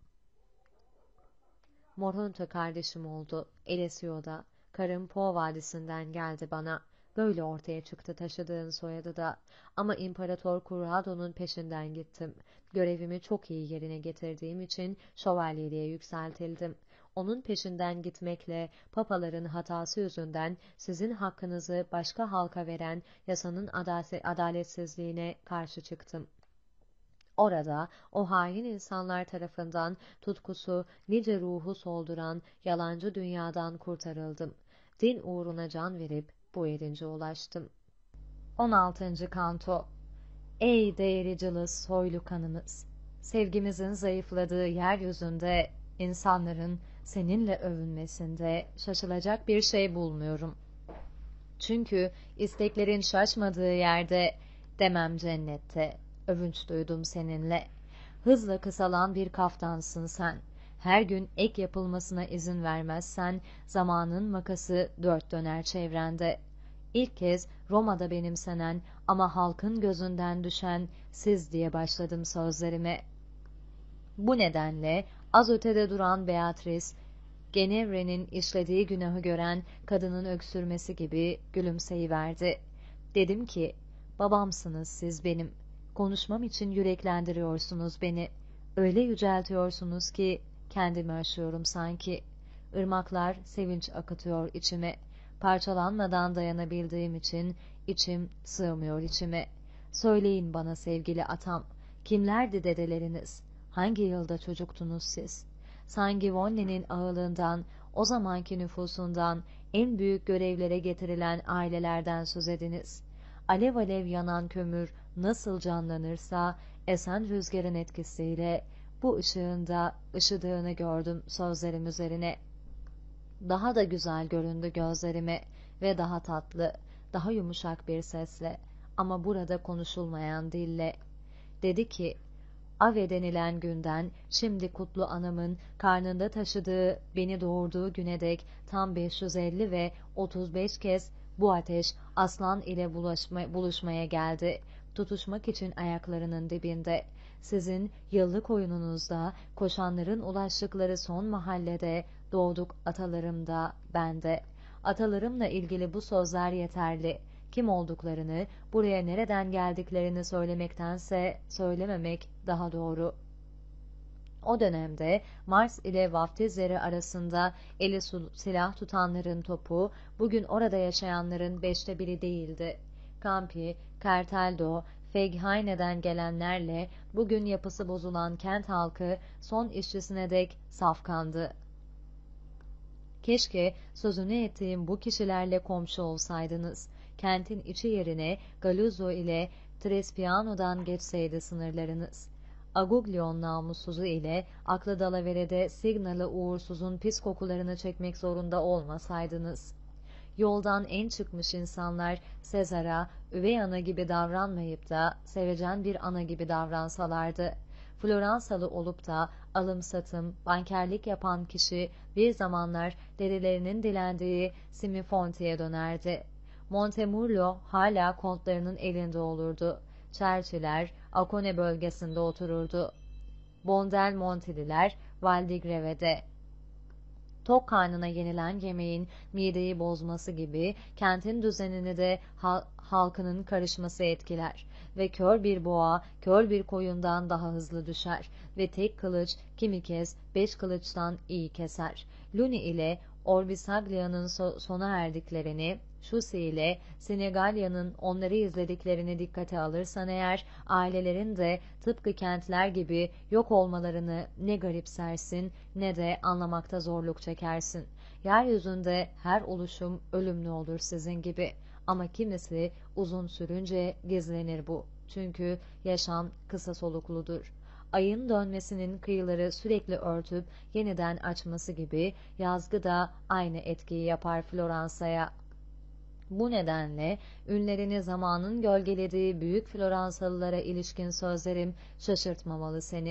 Morhunto kardeşim oldu, Elesio'da, karım Po Vadisi'nden geldi bana. Böyle ortaya çıktı taşıdığın soyadı da. Ama İmparator Corrado'nun peşinden gittim. Görevimi çok iyi yerine getirdiğim için şövalyeliğe yükseltildim. Onun peşinden gitmekle, papaların hatası yüzünden sizin hakkınızı başka halka veren yasanın adaletsizliğine karşı çıktım. Orada o hain insanlar tarafından tutkusu nice ruhu solduran yalancı dünyadan kurtarıldım. Din uğruna can verip bu erince ulaştım. on altıncı Kanto. Ey değeri cılız soylu kanımız! Sevgimizin zayıfladığı yeryüzünde insanların seninle övünmesinde şaşılacak bir şey bulmuyorum. Çünkü isteklerin şaşmadığı yerde, demem cennette, övünç duydum seninle. Hızla kısalan bir kaftansın sen. Her gün ek yapılmasına izin vermezsen, zamanın makası dört döner çevrende. İlk kez Roma'da benimsenen ama halkın gözünden düşen siz diye başladım sözlerime. Bu nedenle az ötede duran Beatrice, Genevre'nin işlediği günahı gören kadının öksürmesi gibi gülümseyiverdi. Dedim ki, babamsınız siz benim. Konuşmam için yüreklendiriyorsunuz beni. Öyle yüceltiyorsunuz ki kendimi aşıyorum sanki. Irmaklar sevinç akıtıyor içime. Parçalanmadan dayanabildiğim için içim sığmıyor içime. Söyleyin bana sevgili atam, kimlerdi dedeleriniz? Hangi yılda çocuktunuz siz? Sangiovani'nin ağılığından, o zamanki nüfusundan, en büyük görevlere getirilen ailelerden söz ediniz. Alev alev yanan kömür nasıl canlanırsa, esen rüzgarın etkisiyle bu ışığın da ışıdığını gördüm sözlerim üzerine. Daha da güzel göründü gözlerime ve daha tatlı, daha yumuşak bir sesle ama burada konuşulmayan dille. Dedi ki, Ave denilen günden şimdi kutlu anamın karnında taşıdığı, beni doğurduğu güne dek tam beş yüz elli ve otuz beş kez bu ateş aslan ile bulaşma, buluşmaya geldi. Tutuşmak için ayaklarının dibinde. Sizin yıllık oyununuzda, koşanların ulaştıkları son mahallede doğduk atalarım da ben de. Atalarımla ilgili bu sözler yeterli. Kim olduklarını, buraya nereden geldiklerini söylemektense söylememek daha doğru. O dönemde Mars ile vaftizleri arasında eli silah tutanların topu, bugün orada yaşayanların beşte biri değildi. Campi, Carteldo, Feghaine'den gelenlerle bugün yapısı bozulan kent halkı son işçisine dek safkandı. Keşke sözünü ettiğim bu kişilerle komşu olsaydınız. Kentin içi yerine Galuzzo ile Trespiano'dan geçseydi sınırlarınız. Aguglion namussuzu ile aklı dalaverede Signalı uğursuzun pis kokularını çekmek zorunda olmasaydınız. Yoldan en çıkmış insanlar Sezar'a üvey ana gibi davranmayıp da sevecen bir ana gibi davransalardı. Floransalı olup da alım satım, bankerlik yapan kişi bir zamanlar dedelerinin dilendiği Simifonte'ye dönerdi. Montemurlo hala kontlarının elinde olurdu. Çerçiler Akone bölgesinde otururdu. Bondelmonteliler Valdigreve'de. Tok karnına yenilen yemeğin mideyi bozması gibi kentin düzenini de hal halkının karışması etkiler ve kör bir boğa kör bir koyundan daha hızlı düşer ve tek kılıç kimi kez beş kılıçtan iyi keser. Luni ile Orbisaglia'nın so sona erdiklerini, Şusi ile Senegalya'nın onları izlediklerini dikkate alırsan eğer, ailelerin de tıpkı kentler gibi yok olmalarını ne garipsersin ne de anlamakta zorluk çekersin. Yeryüzünde her oluşum ölümlü olur sizin gibi. Ama kimisi uzun sürünce gizlenir bu. Çünkü yaşam kısa solukludur. Ayın dönmesinin kıyıları sürekli örtüp yeniden açması gibi yazgı da aynı etkiyi yapar Floransa'ya. Bu nedenle ünlerini zamanın gölgelediği büyük Floransalılara ilişkin sözlerim şaşırtmamalı seni.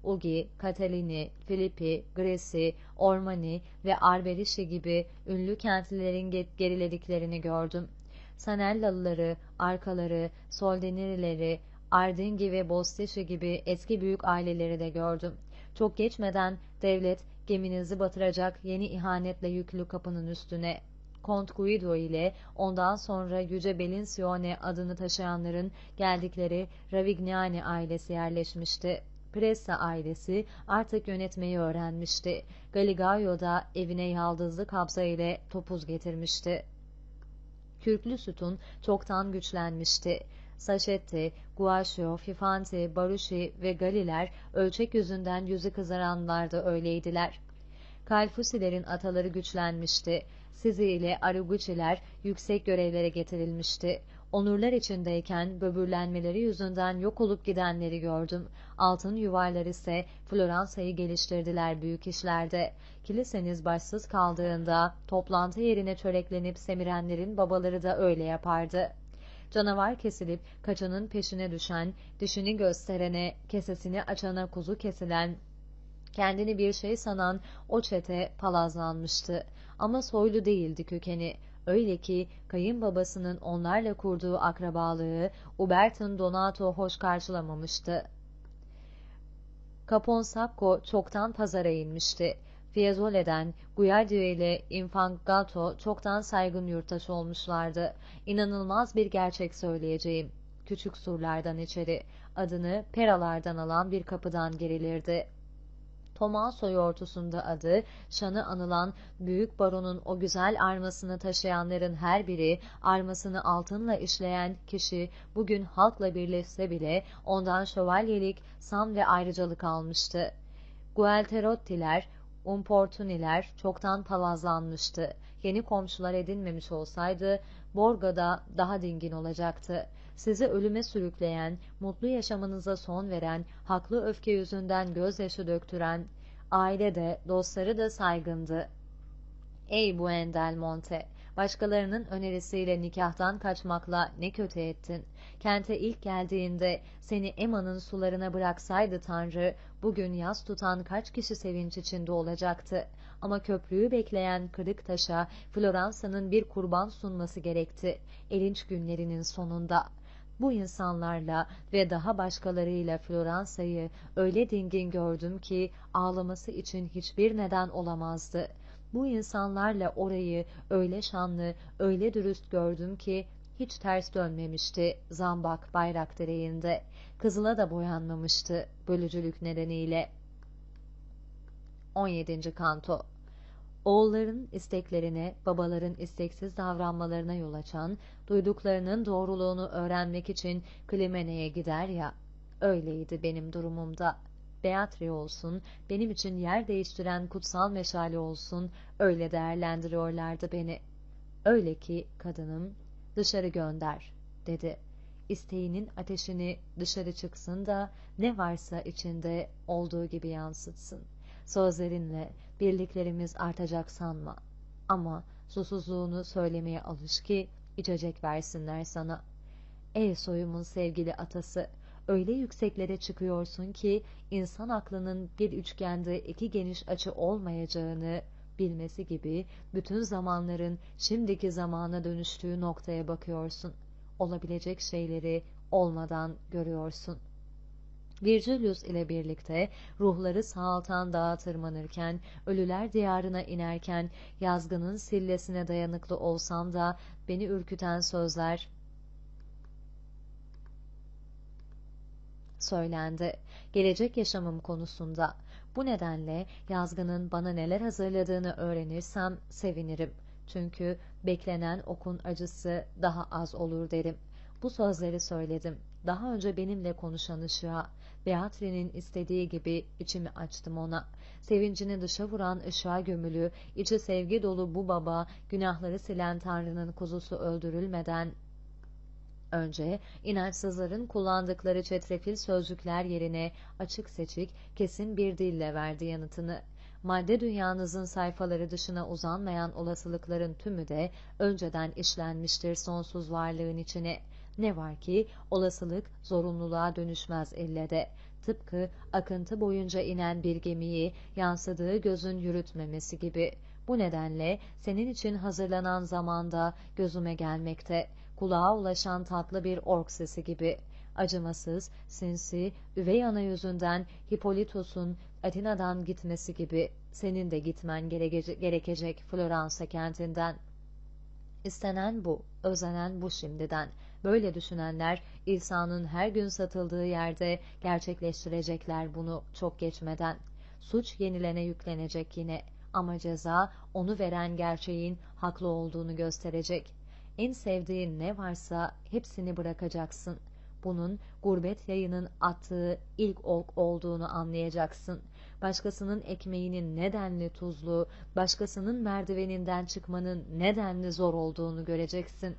Ugi, Catalini, Filippi, Greci, Ormani ve Arberishi gibi ünlü kentlilerin gerilediklerini gördüm. Sanellalıları, Arkaları, Soldinirileri, Ardingi ve Bostici gibi eski büyük aileleri de gördüm. Çok geçmeden devlet geminizi batıracak yeni ihanetle yüklü kapının üstüne Kont Guido ile ondan sonra Yüce Bellinzione adını taşıyanların geldikleri Ravignani ailesi yerleşmişti. Pressa ailesi artık yönetmeyi öğrenmişti. Galigaio da evine yaldızlı kabza ile topuz getirmişti. Kürklü sütun çoktan güçlenmişti. Sacchetti, Guascio, Fifanti, Barucci ve Galiler ölçek yüzünden yüzü kızaranlar da öyleydiler. Calfusilerin ataları güçlenmişti. Sizi ile Araguciler yüksek görevlere getirilmişti. Onurlar içindeyken böbürlenmeleri yüzünden yok olup gidenleri gördüm. Altın yuvarlar ise Floransa'yı geliştirdiler büyük işlerde. Kiliseniz başsız kaldığında toplantı yerine çöreklenip semirenlerin babaları da öyle yapardı. Canavar kesilip kaçanın peşine düşen, dişini gösterene, kesesini açana kuzu kesilen, kendini bir şey sanan o çete palazlanmıştı. Ama soylu değildi kökeni. Öyle ki kayınbabasının onlarla kurduğu akrabalığı Ubertin Donato hoş karşılamamıştı. Caponsacco çoktan pazara inmişti. Fiesole'den Guardia ile Infangato çoktan saygın yurttaş olmuşlardı. İnanılmaz bir gerçek söyleyeceğim. Küçük surlardan içeri, adını Peralardan alan bir kapıdan girilirdi. Tomaso yortusunda adı, şanı anılan büyük baronun o güzel armasını taşıyanların her biri, armasını altınla işleyen kişi bugün halkla birleşse bile ondan şövalyelik, san ve ayrıcalık almıştı. Gualterottiler, Umportuniler çoktan palazlanmıştı. Yeni komşular edinmemiş olsaydı, Borga'da daha dingin olacaktı. Sizi ölüme sürükleyen, mutlu yaşamınıza son veren, haklı öfke yüzünden gözyaşı döktüren, aile de, dostları da saygındı. Ey Buendelmonte! Başkalarının önerisiyle nikahtan kaçmakla ne kötü ettin. Kente ilk geldiğinde seni Emma'nın sularına bıraksaydı Tanrı, bugün yas tutan kaç kişi sevinç içinde olacaktı. Ama köprüyü bekleyen kırık taşa Floransa'nın bir kurban sunması gerekti. Erinç günlerinin sonunda. Bu insanlarla ve daha başkalarıyla Floransa'yı öyle dingin gördüm ki ağlaması için hiçbir neden olamazdı. Bu insanlarla orayı öyle şanlı, öyle dürüst gördüm ki hiç ters dönmemişti zambak bayrak direğinde. Kızıla da boyanmamıştı bölücülük nedeniyle. on yedinci Kanto. Oğulların isteklerine, babaların isteksiz davranmalarına yol açan, duyduklarının doğruluğunu öğrenmek için Klimene'ye gider ya, öyleydi benim durumumda. Beatri olsun, benim için yer değiştiren kutsal meşale olsun, öyle değerlendiriyorlardı beni. Öyle ki kadınım, dışarı gönder, dedi. İsteğinin ateşini dışarı çıksın da ne varsa içinde olduğu gibi yansıtsın. Sözlerinle birliklerimiz artacak sanma. Ama susuzluğunu söylemeye alış ki içecek versinler sana. Ey soyumun sevgili atası! Öyle yükseklere çıkıyorsun ki insan aklının bir üçgende iki geniş açı olmayacağını bilmesi gibi bütün zamanların şimdiki zamana dönüştüğü noktaya bakıyorsun. Olabilecek şeyleri olmadan görüyorsun. Virgilius ile birlikte ruhları sağaltan dağa tırmanırken, ölüler diyarına inerken, yazgının sillesine dayanıklı olsam da beni ürküten sözler söylendi. Gelecek yaşamım konusunda. Bu nedenle yazgının bana neler hazırladığını öğrenirsem sevinirim. Çünkü beklenen okun acısı daha az olur derim. Bu sözleri söyledim. Daha önce benimle konuşan ışığa, Beatri'nin istediği gibi içimi açtım ona. Sevincini dışa vuran ışığa gömülü, içi sevgi dolu bu baba, günahları silen Tanrı'nın kuzusu öldürülmeden önce inançsızların kullandıkları çetrefil sözcükler yerine açık seçik, kesin bir dille verdi yanıtını. Madde dünyanızın sayfaları dışına uzanmayan olasılıkların tümü de önceden işlenmiştir sonsuz varlığın içine. Ne var ki olasılık zorunluluğa dönüşmez ille de. Tıpkı akıntı boyunca inen bir gemiyi yansıdığı gözün yürütmemesi gibi. Bu nedenle senin için hazırlanan zamanda gözüme gelmekte, kulağa ulaşan tatlı bir ork sesi gibi. Acımasız, sinsi, üvey ana yüzünden Hippolitus'un Atina'dan gitmesi gibi senin de gitmen gereke- gerekecek Floransa kentinden. İstenen bu, özlenen bu şimdiden. Böyle düşünenler İsa'nın her gün satıldığı yerde gerçekleştirecekler bunu çok geçmeden. Suç yenilene yüklenecek yine ama ceza onu veren gerçeğin haklı olduğunu gösterecek. En sevdiğin ne varsa hepsini bırakacaksın. Bunun gurbet yayının attığı ilk ok olduğunu anlayacaksın. Başkasının ekmeğinin nedenli tuzlu, başkasının merdiveninden çıkmanın nedenli zor olduğunu göreceksin.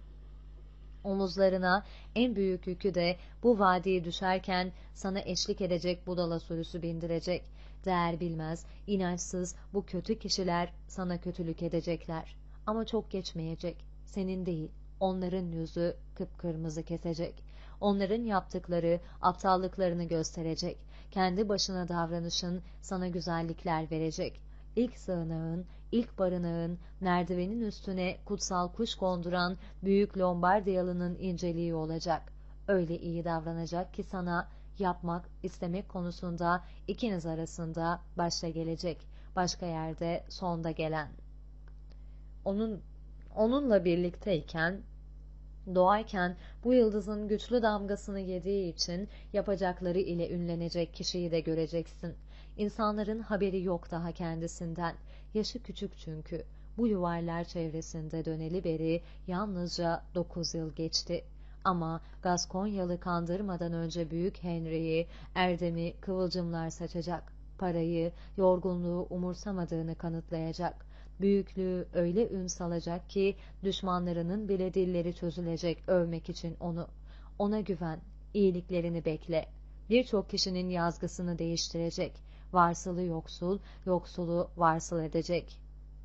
Omuzlarına en büyük yükü de bu vadiyi düşerken sana eşlik edecek budala sürüsü bindirecek. Değer bilmez, inançsız bu kötü kişiler sana kötülük edecekler. Ama çok geçmeyecek. Senin değil, onların yüzü kıpkırmızı kesecek. Onların yaptıkları aptallıklarını gösterecek. Kendi başına davranışın sana güzellikler verecek. İlk sığınağın, ilk barınağın, merdivenin üstüne kutsal kuş konduran büyük Lombardiyalının inceliği olacak. Öyle iyi davranacak ki sana yapmak, istemek konusunda ikiniz arasında başta gelecek, başka yerde sonda gelen. Onun, onunla birlikteyken, doğarken bu yıldızın güçlü damgasını yediği için yapacakları ile ünlenecek kişiyi de göreceksin. İnsanların haberi yok daha kendisinden. Yaşı küçük çünkü. Bu yuvarlar çevresinde döneli beri yalnızca dokuz yıl geçti. Ama Gaskonyalı kandırmadan önce Büyük Henry'yi, erdemi kıvılcımlar saçacak. Parayı, yorgunluğu umursamadığını kanıtlayacak. Büyüklüğü öyle ün salacak ki düşmanlarının bile dilleri çözülecek övmek için onu. Ona güven, iyiliklerini bekle. Birçok kişinin yazgısını değiştirecek. Varsılı yoksul, yoksulu varsıl edecek.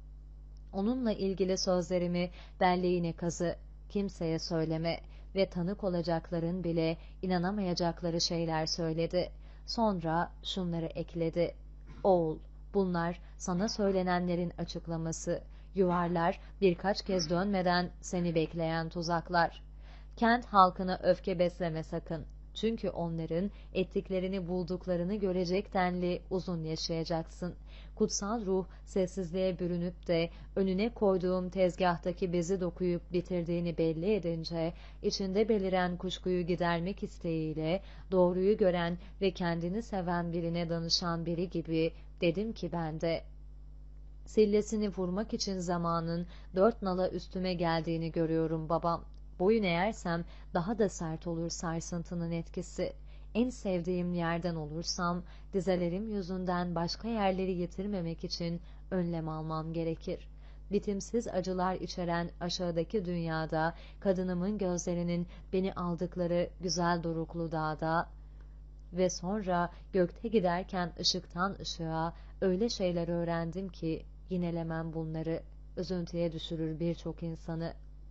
Onunla ilgili sözlerimi belleğine kazı, kimseye söyleme ve tanık olacakların bile inanamayacakları şeyler söyledi. Sonra şunları ekledi. Oğul, bunlar sana söylenenlerin açıklaması. Yuvarlar birkaç kez dönmeden seni bekleyen tuzaklar. Kent halkına öfke besleme sakın. Çünkü onların ettiklerini bulduklarını görecek denli uzun yaşayacaksın. Kutsal ruh sessizliğe bürünüp de önüne koyduğum tezgahtaki bezi dokuyup bitirdiğini belli edince içinde beliren kuşkuyu gidermek isteğiyle doğruyu gören ve kendini seven birine danışan biri gibi dedim ki ben de sillesini vurmak için zamanın dört nala üstüme geldiğini görüyorum babam. Boyun eğersem daha da sert olur sarsıntının etkisi. En sevdiğim yerden olursam dizelerim yüzünden başka yerleri yitirmemek için önlem almam gerekir. Bitimsiz acılar içeren aşağıdaki dünyada kadınımın gözlerinin beni aldıkları güzel doruklu dağda ve sonra gökte giderken ışıktan ışığa öyle şeyler öğrendim ki yinelemem bunları, üzüntüye düşürür birçok insanı.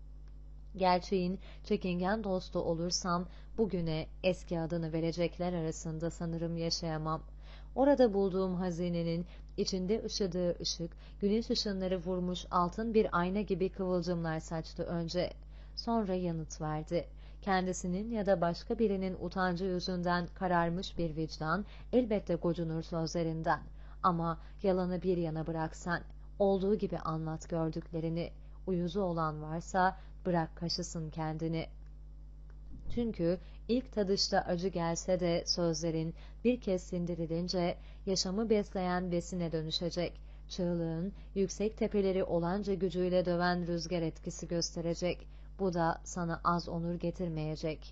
Gerçeğin çekingen dostu olursam bugüne eski adını verecekler arasında sanırım yaşayamam. Orada bulduğum hazinenin içinde ışıdığı ışık, güneş ışınları vurmuş altın bir ayna gibi kıvılcımlar saçtı önce. Sonra yanıt verdi. Kendisinin ya da başka birinin utancı yüzünden kararmış bir vicdan elbette gocunur sözlerinden. Ama yalanı bir yana bıraksan, olduğu gibi anlat gördüklerini. Uyuzu olan varsa bırak kaşısın kendini. Çünkü ilk tadışta acı gelse de sözlerin bir kez sindirilince yaşamı besleyen besine dönüşecek. Çığlığın yüksek tepeleri olanca gücüyle döven rüzgar etkisi gösterecek. Bu da sana az onur getirmeyecek.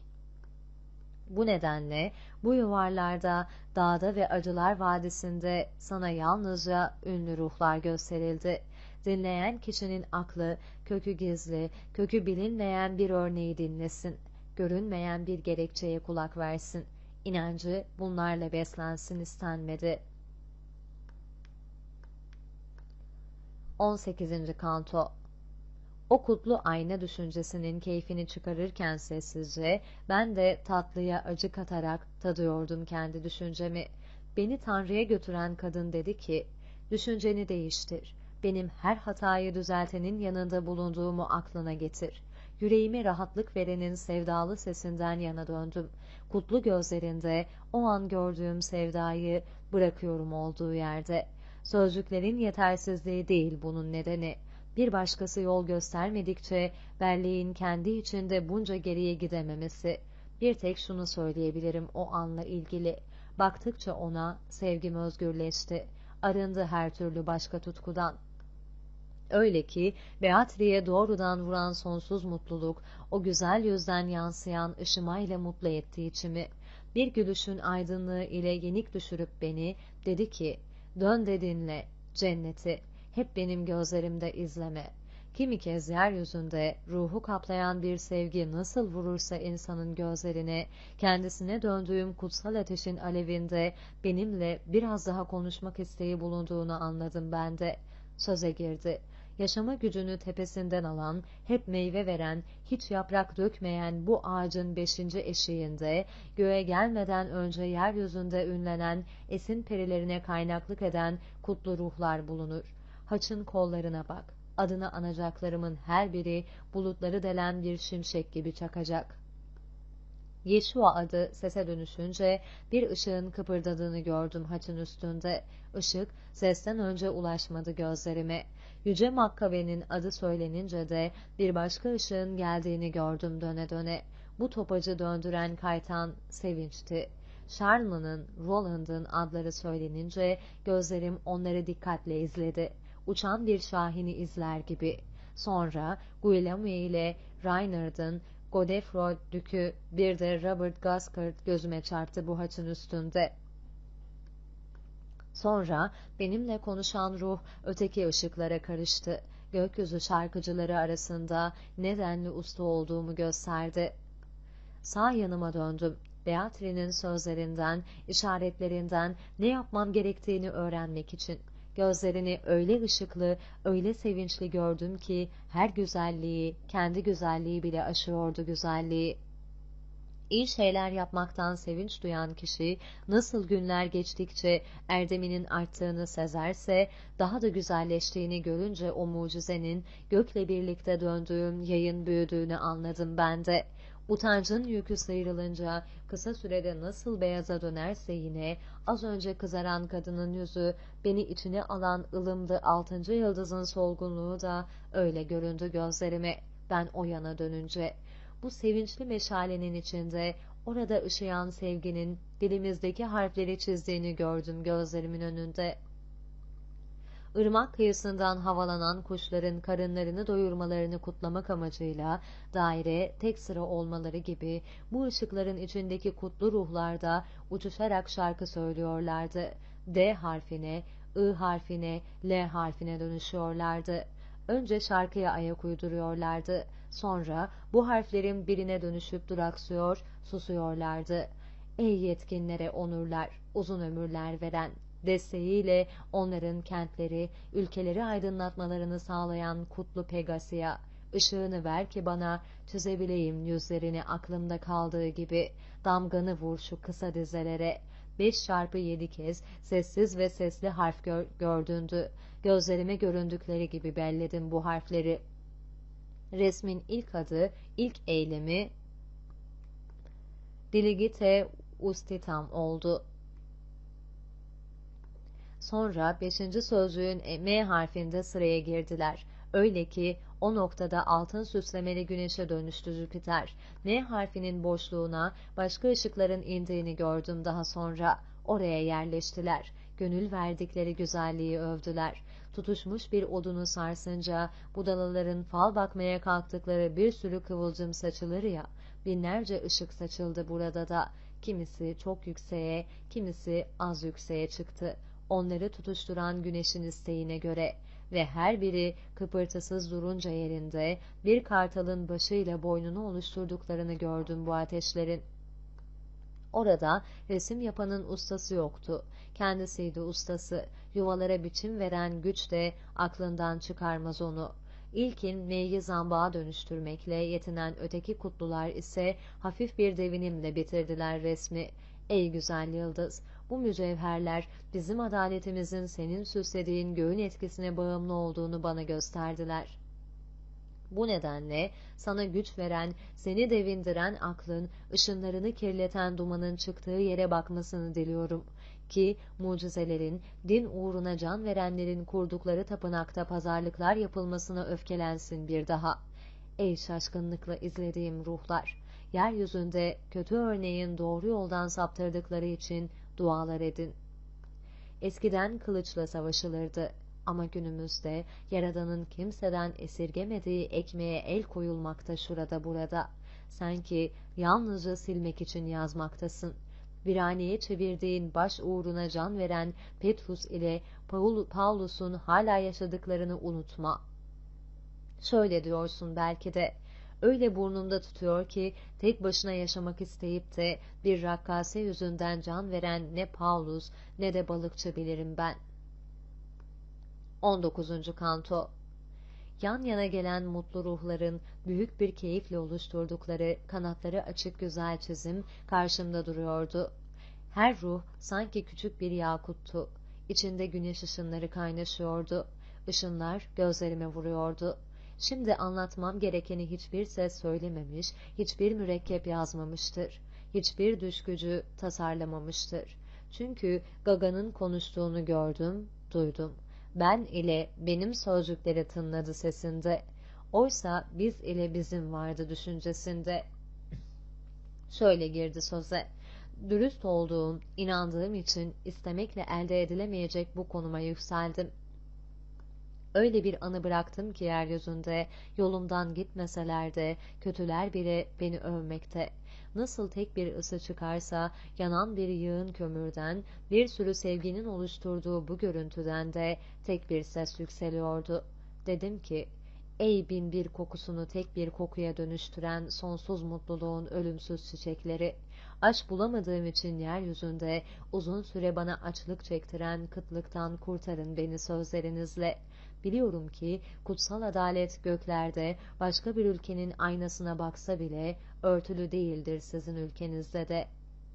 Bu nedenle bu yuvarlarda, dağda ve acılar vadisinde sana yalnızca ünlü ruhlar gösterildi. Dinleyen kişinin aklı, kökü gizli, kökü bilinmeyen bir örneği dinlesin. Görünmeyen bir gerekçeye kulak versin. İnancı bunlarla beslensin istenmedi. on sekizinci Kanto. O kutlu ayna düşüncesinin keyfini çıkarırken sessizce, ben de tatlıya acı katarak tadıyordum kendi düşüncemi. Beni Tanrı'ya götüren kadın dedi ki, düşünceni değiştir. Benim her hatayı düzeltenin yanında bulunduğumu aklına getir. Yüreğime rahatlık verenin sevdalı sesinden yana döndüm. Kutlu gözlerinde o an gördüğüm sevdayı bırakıyorum olduğu yerde. Sözcüklerin yetersizliği değil bunun nedeni. Bir başkası yol göstermedikçe belleğin kendi içinde bunca geriye gidememesi. Bir tek şunu söyleyebilirim o anla ilgili. Baktıkça ona sevgim özgürleşti. Arındı her türlü başka tutkudan. Öyle ki Beatrice'ye doğrudan vuran sonsuz mutluluk, o güzel yüzden yansıyan ışımayla mutlu etti içimi. Bir gülüşün aydınlığı ile yenik düşürüp beni, dedi ki, dön de dinle, cenneti, hep benim gözlerimde izleme. Kimi kez yeryüzünde ruhu kaplayan bir sevgi nasıl vurursa insanın gözlerine, kendisine döndüğüm kutsal ateşin alevinde benimle biraz daha konuşmak isteği bulunduğunu anladım ben de. Söze girdi. Yaşama gücünü tepesinden alan, hep meyve veren, hiç yaprak dökmeyen bu ağacın beşinci eşiğinde, göğe gelmeden önce yeryüzünde ünlenen, esin perilerine kaynaklık eden kutlu ruhlar bulunur. Haçın kollarına bak, adını anacaklarımın her biri bulutları delen bir şimşek gibi çakacak. Yeşua adı sese dönüşünce bir ışığın kıpırdadığını gördüm haçın üstünde. Işık sesten önce ulaşmadı gözlerime. Yüce Makkabe'nin adı söylenince de bir başka ışığın geldiğini gördüm döne döne. Bu topacı döndüren kaytan sevinçti. Charlemagne'ın, Roland'ın adları söylenince gözlerim onları dikkatle izledi. Uçan bir şahini izler gibi. Sonra Guillaume ile Reynard'ın, Godefroy Dükü, bir de Robert Gascoigne gözüme çarptı bu haçın üstünde. Sonra benimle konuşan ruh öteki ışıklara karıştı. Gökyüzü şarkıcıları arasında nedenli usta olduğumu gösterdi. Sağ yanıma döndüm. Beatrice'nin sözlerinden, işaretlerinden ne yapmam gerektiğini öğrenmek için. Gözlerini öyle ışıklı, öyle sevinçli gördüm ki her güzelliği, kendi güzelliği bile aşıyordu güzelliği. İyi şeyler yapmaktan sevinç duyan kişi nasıl günler geçtikçe erdeminin arttığını sezerse, daha da güzelleştiğini görünce o mucizenin gökle birlikte döndüğüm yayın büyüdüğünü anladım ben de. Utancın yükü sıyrılınca kısa sürede nasıl beyaza dönerse yine, az önce kızaran kadının yüzü, beni içine alan ılımdı altıncı yıldızın solgunluğu da öyle göründü gözlerime ben o yana dönünce. Bu sevinçli meşalenin içinde, orada ışıyan sevginin dilimizdeki harfleri çizdiğini gördüm gözlerimin önünde. Irmak kıyısından havalanan kuşların karınlarını doyurmalarını kutlamak amacıyla daire tek sıra olmaları gibi bu ışıkların içindeki kutlu ruhlar da uçuşarak şarkı söylüyorlardı. D harfine, I harfine, L harfine dönüşüyorlardı. Önce şarkıya ayak uyduruyorlardı. Sonra bu harflerin birine dönüşüp duraksıyor, susuyorlardı. Ey yetkinlere onurlar, uzun ömürler veren, desteğiyle onların kentleri, ülkeleri aydınlatmalarını sağlayan kutlu Pegasia, ışığını ver ki bana çizebileyim yüzlerini aklımda kaldığı gibi, damganı vur şu kısa dizelere. Beş çarpı yedi kez sessiz ve sesli harf gör, gördündü. Gözlerime göründükleri gibi belledim bu harfleri. Resmin ilk adı, ilk eylemi Diligite Ustitam oldu. Sonra beşinci sözcüğün M harfinde sıraya girdiler. Öyle ki o noktada altın süslemeli güneşe dönüştü Jüpiter. M harfinin boşluğuna başka ışıkların indiğini gördüm daha sonra. Oraya yerleştiler. Gönül verdikleri güzelliği övdüler. Tutuşmuş bir odunu sarsınca budalaların fal bakmaya kalktıkları bir sürü kıvılcım saçılır ya, binlerce ışık saçıldı burada da. Kimisi çok yükseğe, kimisi az yükseğe çıktı. Onları tutuşturan güneşin isteğine göre ve her biri kıpırtısız durunca yerinde bir kartalın başıyla boynunu oluşturduklarını gördüm bu ateşlerin. Orada resim yapanın ustası yoktu. Kendisiydi ustası. Yuvalara biçim veren güç de aklından çıkarmaz onu. İlkin M'yi zambağa dönüştürmekle yetinen öteki kutlular ise hafif bir devinimle bitirdiler resmi. Ey güzel yıldız, bu mücevherler bizim adaletimizin senin süslediğin göğün etkisine bağımlı olduğunu bana gösterdiler. Bu nedenle sana güç veren, seni devindiren aklın, ışınlarını kirleten dumanın çıktığı yere bakmasını diliyorum. Ki mucizelerin, din uğruna can verenlerin kurdukları tapınakta pazarlıklar yapılmasına öfkelensin bir daha. Ey şaşkınlıkla izlediğim ruhlar! Yeryüzünde kötü örneğin doğru yoldan saptırdıkları için dualar edin. Eskiden kılıçla savaşılırdı. Ama günümüzde Yaradan'ın kimseden esirgemediği ekmeğe el koyulmakta şurada burada. Sanki yalnızca silmek için yazmaktasın. Viraneye çevirdiğin baş uğruna can veren Petrus ile Paul, Paulus'un hala yaşadıklarını unutma. Şöyle diyorsun belki de, öyle burnumda tutuyor ki tek başına yaşamak isteyip de bir rakkase yüzünden can veren ne Paulus ne de balıkçı bilirim ben. on dokuzuncu Kanto. Yan yana gelen mutlu ruhların büyük bir keyifle oluşturdukları kanatları açık güzel çizim karşımda duruyordu. Her ruh sanki küçük bir yakuttu. İçinde güneş ışınları kaynaşıyordu. Işınlar gözlerime vuruyordu. Şimdi anlatmam gerekeni hiçbir ses söylememiş, hiçbir mürekkep yazmamıştır. Hiçbir düş gücü tasarlamamıştır. Çünkü Gaga'nın konuştuğunu gördüm, duydum. Ben ile benim sözcükleri tınladı sesinde. Oysa biz ile bizim vardı düşüncesinde. Şöyle girdi söze. Dürüst olduğum, inandığım için istemekle elde edilemeyecek bu konuma yükseldim. Öyle bir anı bıraktım ki yeryüzünde, yolumdan gitmeseler de kötüler bile beni övmekte. Nasıl tek bir ısı çıkarsa yanan bir yığın kömürden, bir sürü sevginin oluşturduğu bu görüntüden de tek bir ses yükseliyordu. Dedim ki, ey bin bir kokusunu tek bir kokuya dönüştüren sonsuz mutluluğun ölümsüz çiçekleri, aşk bulamadığım için yeryüzünde uzun süre bana açlık çektiren kıtlıktan kurtarın beni sözlerinizle. Biliyorum ki kutsal adalet göklerde başka bir ülkenin aynasına baksa bile örtülü değildir sizin ülkenizde de.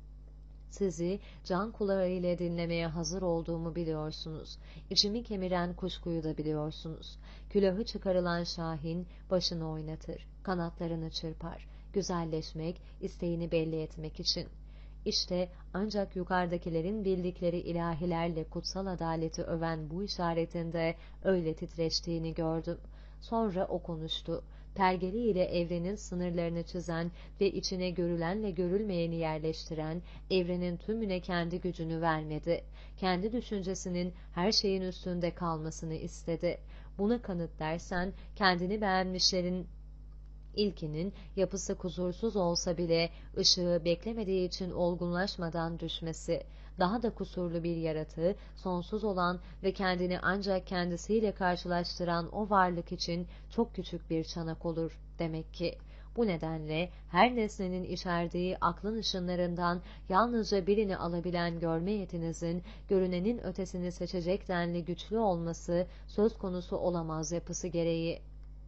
Sizi can kulağı ile dinlemeye hazır olduğumu biliyorsunuz. İçimi kemiren kuşkuyu da biliyorsunuz. Külahı çıkarılan şahin başını oynatır, kanatlarını çırpar. Güzelleşmek, isteğini belli etmek için. İşte ancak yukarıdakilerin bildikleri ilahilerle kutsal adaleti öven bu işaretinde öyle titreştiğini gördüm. Sonra o konuştu. Pergeli ile evrenin sınırlarını çizen ve içine görülenle görülmeyeni yerleştiren, evrenin tümüne kendi gücünü vermedi. Kendi düşüncesinin her şeyin üstünde kalmasını istedi. Buna kanıt dersen, kendini beğenmişlerin İlkinin yapısı kusursuz olsa bile ışığı beklemediği için olgunlaşmadan düşmesi, daha da kusurlu bir yaratığı, sonsuz olan ve kendini ancak kendisiyle karşılaştıran o varlık için çok küçük bir çanak olur demek ki. Bu nedenle her nesnenin içerdiği aklın ışınlarından yalnızca birini alabilen görme yetinizin, görünenin ötesini seçecek denli güçlü olması söz konusu olamaz yapısı gereği.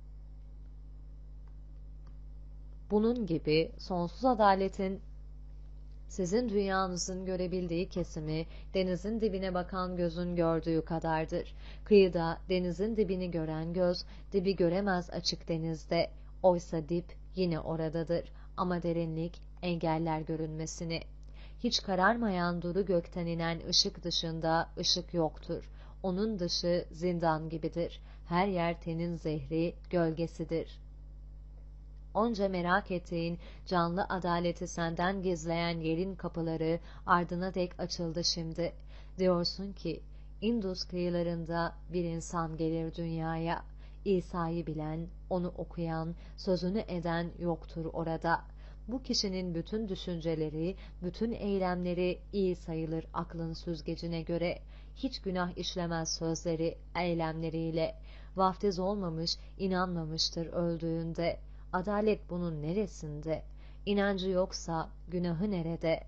Bunun gibi sonsuz adaletin sizin dünyanızın görebildiği kesimi denizin dibine bakan gözün gördüğü kadardır. Kıyıda denizin dibini gören göz dibi göremez açık denizde. Oysa dip yine oradadır ama derinlik engeller görünmesini. Hiç kararmayan duru gökten inen ışık dışında ışık yoktur. Onun dışı zindan gibidir. Her yer tenin zehri, gölgesidir. Onca merak ettiğin canlı adaleti senden gizleyen yerin kapıları ardına dek açıldı şimdi. Diyorsun ki, Indus kıyılarında bir insan gelir dünyaya. İsa'yı bilen, onu okuyan, sözünü eden yoktur orada. Bu kişinin bütün düşünceleri, bütün eylemleri iyi sayılır aklın süzgecine göre. Hiç günah işlemez sözleri, eylemleriyle. Vaftiz olmamış, inanmamıştır öldüğünde. Adalet bunun neresinde? İnancı yoksa günahı nerede?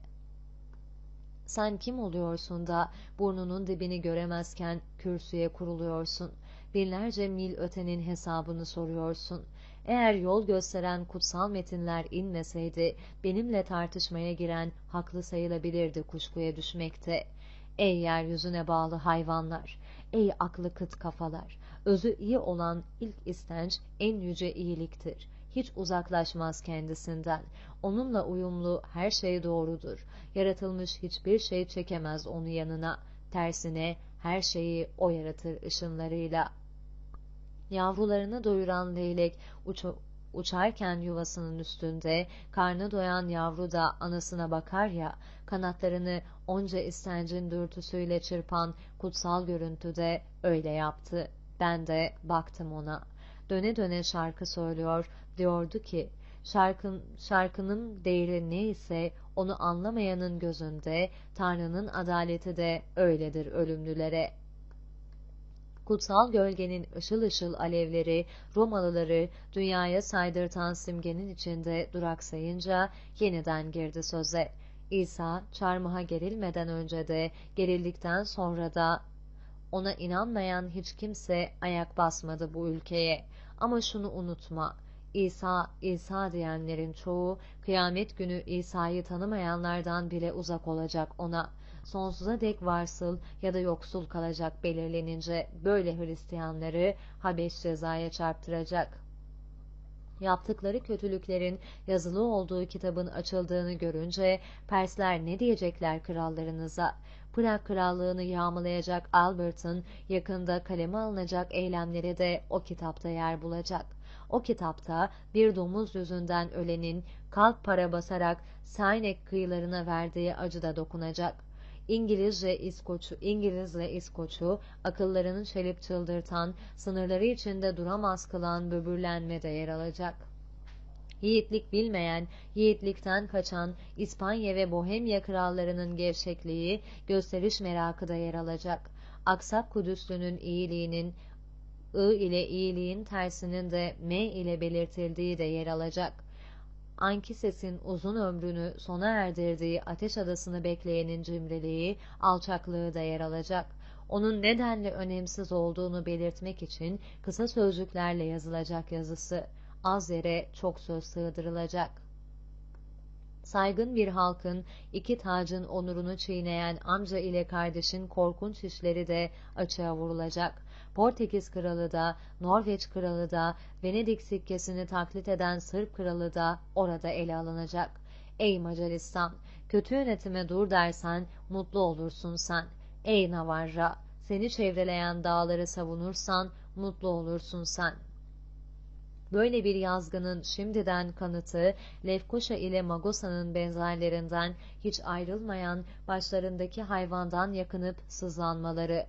Sen kim oluyorsun da burnunun dibini göremezken kürsüye kuruluyorsun? binlerce mil ötenin hesabını soruyorsun. Eğer yol gösteren kutsal metinler inmeseydi, benimle tartışmaya giren haklı sayılabilirdi kuşkuya düşmekte. Ey yeryüzüne bağlı hayvanlar, ey aklı kıt kafalar, özü iyi olan ilk istenç en yüce iyiliktir. Hiç uzaklaşmaz kendisinden. Onunla uyumlu her şey doğrudur. Yaratılmış hiçbir şey çekemez onu yanına. Tersine her şeyi o yaratır ışınlarıyla. Yavrularını doyuran leylek uçu, uçarken yuvasının üstünde, karnı doyan yavru da anasına bakar ya, kanatlarını onca istencin dürtüsüyle çırpan kutsal görüntüde öyle yaptı. Ben de baktım ona. Döne döne şarkı söylüyor, diyordu ki, şarkın, şarkının değeri neyse onu anlamayanın gözünde, Tanrı'nın adaleti de öyledir ölümlülere. Kutsal gölgenin ışıl ışıl alevleri, Romalıları dünyaya saydırtan simgenin içinde duraksayınca yeniden girdi söze. İsa çarmıha gerilmeden önce de, gerildikten sonra da ona inanmayan hiç kimse ayak basmadı bu ülkeye. Ama şunu unutma, İsa, İsa diyenlerin çoğu, kıyamet günü İsa'yı tanımayanlardan bile uzak olacak ona. Sonsuza dek varsıl ya da yoksul kalacak belirlenince, böyle Hristiyanları Habeş cezaya çarptıracak. Yaptıkları kötülüklerin yazılı olduğu kitabın açıldığını görünce, Persler ne diyecekler krallarınıza? Prag krallığını yağmalayacak Albert'ın yakında kaleme alınacak eylemleri de o kitapta yer bulacak. O kitapta bir domuz yüzünden ölenin kalp para basarak Saynek kıyılarına verdiği acı da dokunacak. İngilizce İskoç'u, İngilizle İskoç'u akıllarını çelip çıldırtan, sınırları içinde duramaz kılan böbürlenme de yer alacak. Yiğitlik bilmeyen, yiğitlikten kaçan İspanya ve Bohemya krallarının gevşekliği, gösteriş merakı da yer alacak. Aksak Kudüslü'nün iyiliğinin, I ile iyiliğin tersinin de M ile belirtildiği de yer alacak. Ankises'in uzun ömrünü sona erdirdiği Ateş Adası'nı bekleyenin cimriliği, alçaklığı da yer alacak. Onun nedenle önemsiz olduğunu belirtmek için kısa sözcüklerle yazılacak yazısı, az yere çok söz sığdırılacak. Saygın bir halkın, iki tacın onurunu çiğneyen amca ile kardeşin korkunç işleri de açığa vurulacak. Portekiz kralı da, Norveç kralı da, Venedik sikkesini taklit eden Sırp kralı da orada ele alınacak. Ey Macaristan, kötü yönetime dur dersen mutlu olursun sen. Ey Navarra, seni çevreleyen dağları savunursan mutlu olursun sen. Böyle bir yazgının şimdiden kanıtı, Lefkoşa ile Magosa'nın benzerlerinden hiç ayrılmayan başlarındaki hayvandan yakınıp sızlanmaları.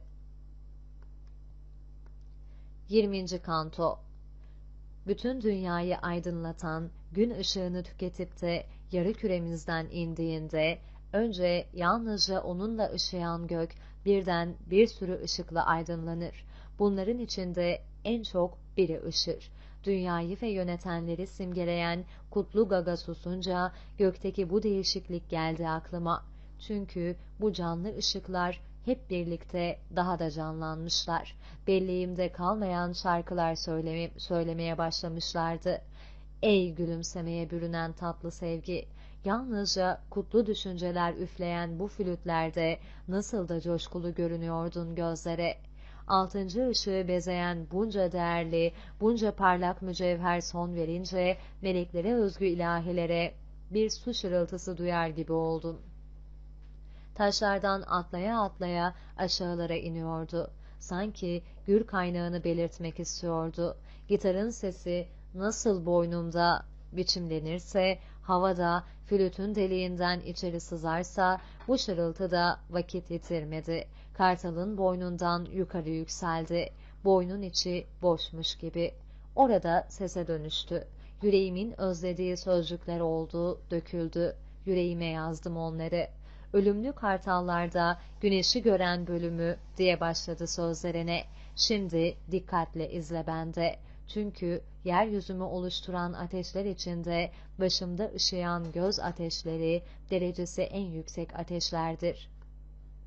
yirminci Kanto. Bütün dünyayı aydınlatan, gün ışığını tüketip de yarı küremizden indiğinde, önce yalnızca onunla ışıyan gök birden bir sürü ışıkla aydınlanır. Bunların içinde en çok biri ışır. Dünyayı ve yönetenleri simgeleyen kutlu gaga susunca gökteki bu değişiklik geldi aklıma. Çünkü bu canlı ışıklar hep birlikte daha da canlanmışlar. Belleğimde kalmayan şarkılar söyleme, söylemeye başlamışlardı. Ey gülümsemeye bürünen tatlı sevgi! Yalnızca kutlu düşünceler üfleyen bu flütlerde nasıl da coşkulu görünüyordun gözlere. Altıncı ışığı bezeyen bunca değerli, bunca parlak mücevher son verince meleklere özgü ilahilere bir su şırıltısı duyar gibi oldum. Taşlardan atlaya atlaya aşağılara iniyordu. Sanki gür kaynağını belirtmek istiyordu. Gitarın sesi nasıl boynumda biçimlenirse, havada flütün deliğinden içeri sızarsa, bu şırıltı da vakit yitirmedi. Kartalın boynundan yukarı yükseldi. Boynun içi boşmuş gibi. Orada sese dönüştü. Yüreğimin özlediği sözcükler oldu, döküldü. Yüreğime yazdım onları. Ölümlü kartallarda güneşi gören bölümü diye başladı sözlerine. Şimdi dikkatle izle bende. Çünkü yeryüzümü oluşturan ateşler içinde başımda ışıyan göz ateşleri derecesi en yüksek ateşlerdir.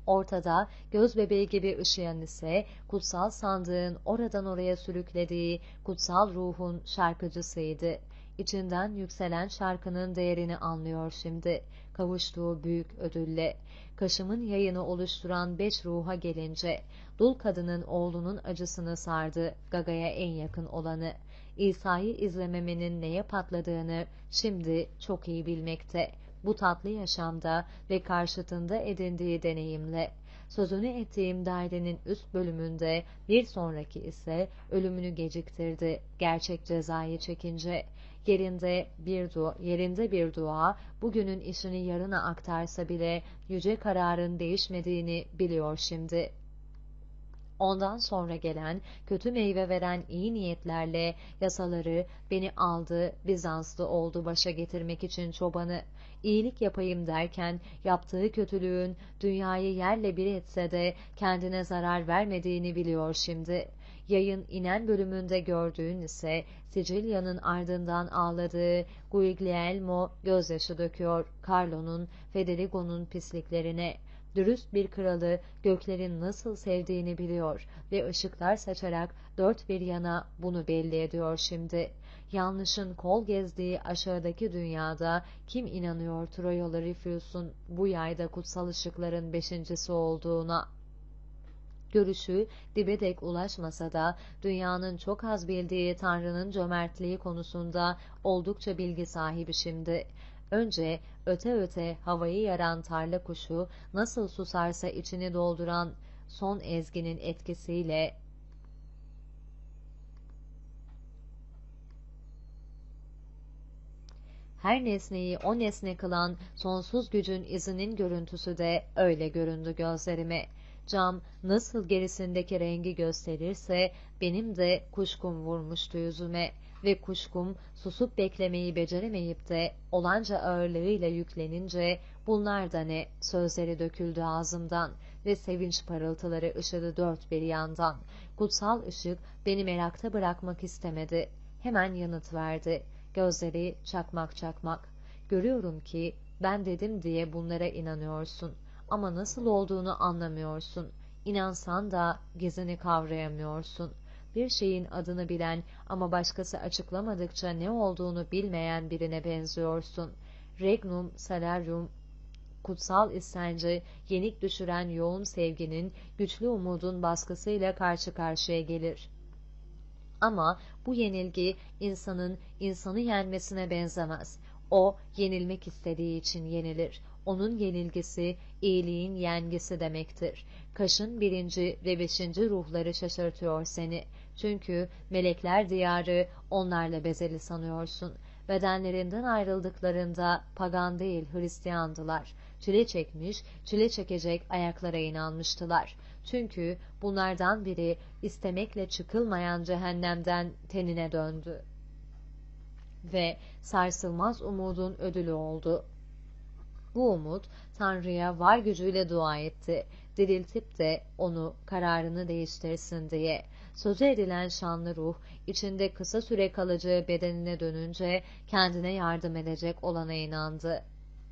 Ortada göz bebeği gibi ışıyan ise kutsal sandığın oradan oraya sürüklediği kutsal ruhun şarkıcısıydı. İçinden yükselen şarkının değerini anlıyor şimdi, kavuştuğu büyük ödülle. Kaşımın yayını oluşturan beş ruha gelince, dul kadının oğlunun acısını sardı Gaga'ya en yakın olanı. İsa'yı izlememenin neye patladığını şimdi çok iyi bilmekte. Bu tatlı yaşamda ve karşıtında edindiği deneyimle. Sözünü ettiğim dairenin üst bölümünde, bir sonraki ise ölümünü geciktirdi gerçek cezayı çekince. Yerinde bir dua, yerinde bir dua, bugünün işini yarına aktarsa bile yüce kararın değişmediğini biliyor şimdi. Ondan sonra gelen, kötü meyve veren iyi niyetlerle yasaları beni aldı, Bizanslı oldu başa getirmek için çobanı. İyilik yapayım derken yaptığı kötülüğün dünyayı yerle bir etse de kendine zarar vermediğini biliyor şimdi. Yayın inen bölümünde gördüğün ise Sicilya'nın ardından ağladığı Guglielmo gözyaşı döküyor Carlo'nun, Federigo'nun pisliklerine. Dürüst bir kralı göklerin nasıl sevdiğini biliyor ve ışıklar saçarak dört bir yana bunu belli ediyor şimdi. Yanlışın kol gezdiği aşağıdaki dünyada kim inanıyor Troyalı Rifus'un bu yayda kutsal ışıkların beşincisi olduğuna? Görüşü dibe dek ulaşmasa da dünyanın çok az bildiği Tanrı'nın cömertliği konusunda oldukça bilgi sahibi şimdi. Önce öte öte havayı yaran tarla kuşu nasıl susarsa içini dolduran son ezginin etkisiyle her nesneyi o nesne kılan sonsuz gücün izinin görüntüsü de öyle göründü gözlerime. Cam nasıl gerisindeki rengi gösterirse benim de kuşkum vurmuştu yüzüme ve kuşkum susup beklemeyi beceremeyip de olanca ağırlığıyla yüklenince bunlar da ne sözleri döküldü ağzımdan ve sevinç parıltıları ışıdı dört bir yandan. Kutsal ışık beni merakta bırakmak istemedi. Hemen yanıt verdi. Gözleri çakmak çakmak. Görüyorum ki ben dedim diye bunlara inanıyorsun. Ama nasıl olduğunu anlamıyorsun. İnansan da gizini kavrayamıyorsun. Bir şeyin adını bilen ama başkası açıklamadıkça ne olduğunu bilmeyen birine benziyorsun. Regnum salarium, kutsal istenci, yenik düşüren yoğun sevginin, güçlü umudun baskısıyla karşı karşıya gelir. Ama bu yenilgi insanın insanı yenmesine benzemez. O yenilmek istediği için yenilir. Onun yenilgisi iyiliğin yengisi demektir. Kaşın birinci ve beşinci ruhları şaşırtıyor seni. Çünkü melekler diyarı onlarla bezeli sanıyorsun. Bedenlerinden ayrıldıklarında pagan değil Hristiyandılar. Çile çekmiş, çile çekecek ayaklara inanmıştılar. Çünkü bunlardan biri istemekle çıkılmayan cehennemden tenine döndü. Ve sarsılmaz umudun ödülü oldu. Bu umut Tanrı'ya var gücüyle dua etti. Diriltip de onu kararını değiştirsin diye. Sözü edilen şanlı ruh içinde kısa süre kalacağı bedenine dönünce kendine yardım edecek olana inandı.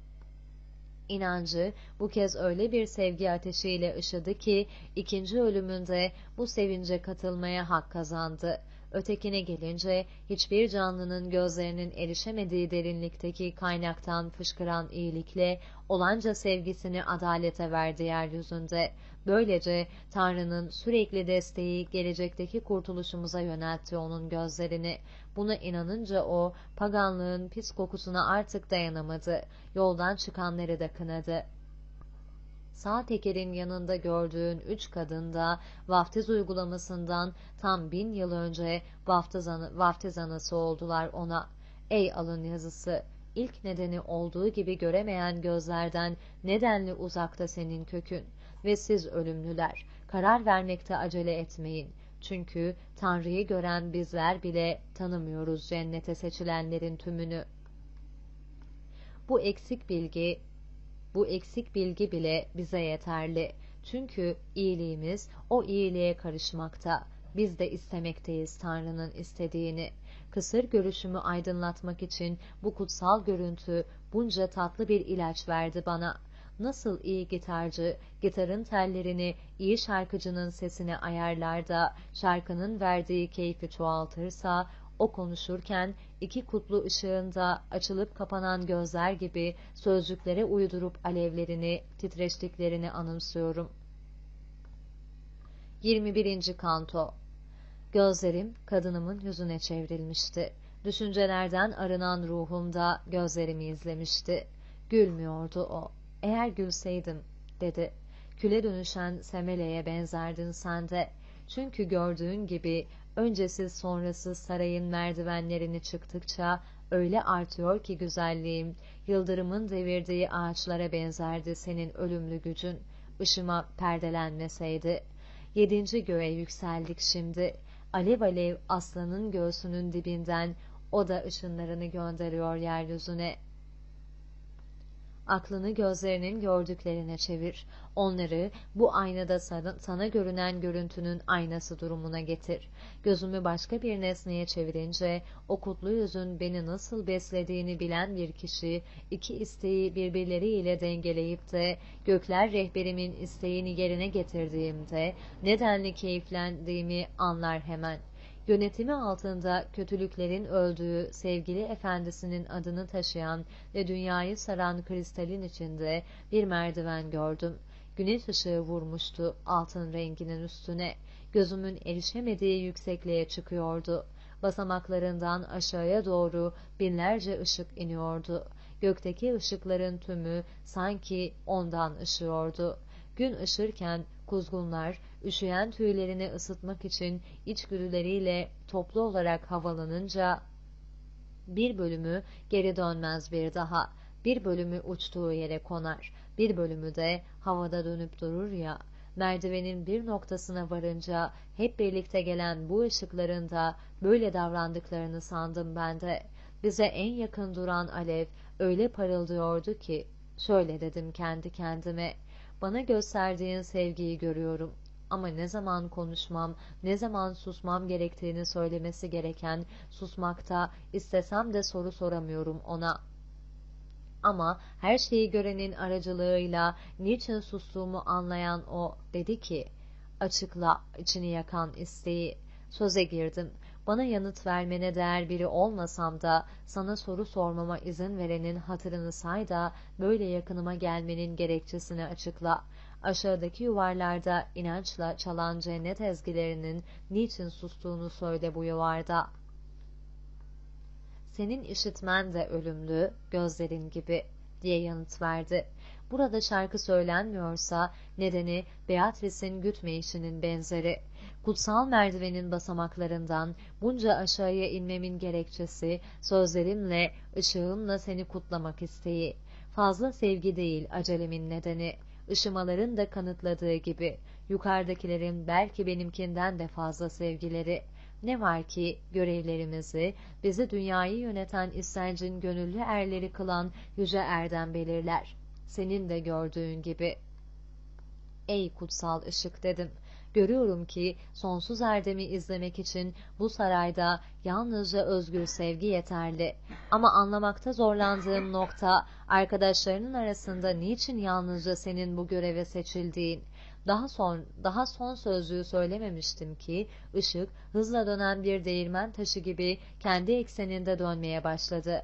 İnancı bu kez öyle bir sevgi ateşiyle ışıdı ki ikinci ölümünde bu sevince katılmaya hak kazandı. Ötekine gelince hiçbir canlının gözlerinin erişemediği derinlikteki kaynaktan fışkıran iyilikle olanca sevgisini adalete verdi yeryüzünde. Böylece Tanrı'nın sürekli desteği gelecekteki kurtuluşumuza yöneltti onun gözlerini. Buna inanınca o paganlığın pis kokusuna artık dayanamadı. Yoldan çıkanları da kınadı. Sağ tekerin yanında gördüğün üç kadın da vaftiz uygulamasından tam bin yıl önce vaftiz, anı, vaftiz anası oldular ona. Ey alın yazısı! İlk nedeni olduğu gibi göremeyen gözlerden nedenli uzakta senin kökün. Ve siz ölümlüler, karar vermekte acele etmeyin. Çünkü Tanrı'yı gören bizler bile tanımıyoruz cennete seçilenlerin tümünü. Bu eksik bilgi Bu eksik bilgi bile bize yeterli. Çünkü iyiliğimiz o iyiliğe karışmakta. Biz de istemekteyiz Tanrı'nın istediğini. Kısır görüşümü aydınlatmak için bu kutsal görüntü bunca tatlı bir ilaç verdi bana. nasıl iyi gitarcı, gitarın tellerini iyi şarkıcının sesine ayarlar da şarkının verdiği keyfi çoğaltırsa, o konuşurken iki kutlu ışığında açılıp kapanan gözler gibi sözcüklere uydurup alevlerini, titreştiklerini anımsıyorum. yirmi birinci Kanto. Gözlerim kadınımın yüzüne çevrilmişti. Düşüncelerden arınan ruhumda gözlerimi izlemişti. Gülmüyordu o. Eğer gülseydim, dedi. Küle dönüşen semeleye benzerdin sen de. Çünkü gördüğün gibi öncesiz sonrasız sarayın merdivenlerini çıktıkça öyle artıyor ki güzelliğim, yıldırımın devirdiği ağaçlara benzerdi senin ölümlü gücün, ışıma perdelenmeseydi. Yedinci göğe yükseldik şimdi. Alev alev aslanın göğsünün dibinden o da ışınlarını gönderiyor yeryüzüne. Aklını gözlerinin gördüklerine çevir. Onları bu aynada sana, sana görünen görüntünün aynası durumuna getir. Gözümü başka bir nesneye çevirince o kutlu yüzün beni nasıl beslediğini bilen bir kişi, iki isteği birbirleriyle dengeleyip de gökler rehberimin isteğini yerine getirdiğimde nedenli keyiflendiğimi anlar hemen. Yönetimi altında kötülüklerin öldüğü sevgili efendisinin adını taşıyan ve dünyayı saran kristalin içinde bir merdiven gördüm. Güneş ışığı vurmuştu altın renginin üstüne. Gözümün erişemediği yüksekliğe çıkıyordu. Basamaklarından aşağıya doğru binlerce ışık iniyordu. Gökteki ışıkların tümü sanki ondan ışıyordu. Gün ışırken kuzgunlar, üşüyen tüylerini ısıtmak için içgüdüleriyle toplu olarak havalanınca, bir bölümü geri dönmez bir daha, bir bölümü uçtuğu yere konar, bir bölümü de havada dönüp durur ya, merdivenin bir noktasına varınca hep birlikte gelen bu ışıkların da böyle davrandıklarını sandım ben de. Bize en yakın duran alev öyle parıldıyordu ki, şöyle dedim kendi kendime, bana gösterdiğin sevgiyi görüyorum. Ama ne zaman konuşmam, ne zaman susmam gerektiğini söylemesi gereken, susmakta istesem de soru soramıyorum ona. Ama her şeyi görenin aracılığıyla niçin sustuğumu anlayan o dedi ki, açıkla içini yakan isteği. Söze girdim. Bana yanıt vermene değer biri olmasam da sana soru sormama izin verenin hatırını say da böyle yakınıma gelmenin gerekçesini açıkla. Aşağıdaki yuvarlarda inançla çalan cennet ezgilerinin niçin sustuğunu söyle bu yuvarda. Senin işitmen de ölümlü, gözlerin gibi, diye yanıt verdi. Burada şarkı söylenmiyorsa nedeni Beatrice'in gütmeyişinin benzeri. Kutsal merdivenin basamaklarından bunca aşağıya inmemin gerekçesi, sözlerimle, ışığımla seni kutlamak isteği. Fazla sevgi değil acelemin nedeni. Işımaların da kanıtladığı gibi, yukarıdakilerin belki benimkinden de fazla sevgileri. Ne var ki görevlerimizi, bizi dünyayı yöneten İstencin gönüllü erleri kılan yüce erdem belirler. Senin de gördüğün gibi. Ey kutsal ışık dedim. Görüyorum ki sonsuz erdemi izlemek için bu sarayda yalnızca özgür sevgi yeterli. Ama anlamakta zorlandığım nokta, arkadaşlarının arasında niçin yalnızca senin bu göreve seçildiğin. Daha son, daha son sözcüğü söylememiştim ki, ışık hızla dönen bir değirmen taşı gibi kendi ekseninde dönmeye başladı.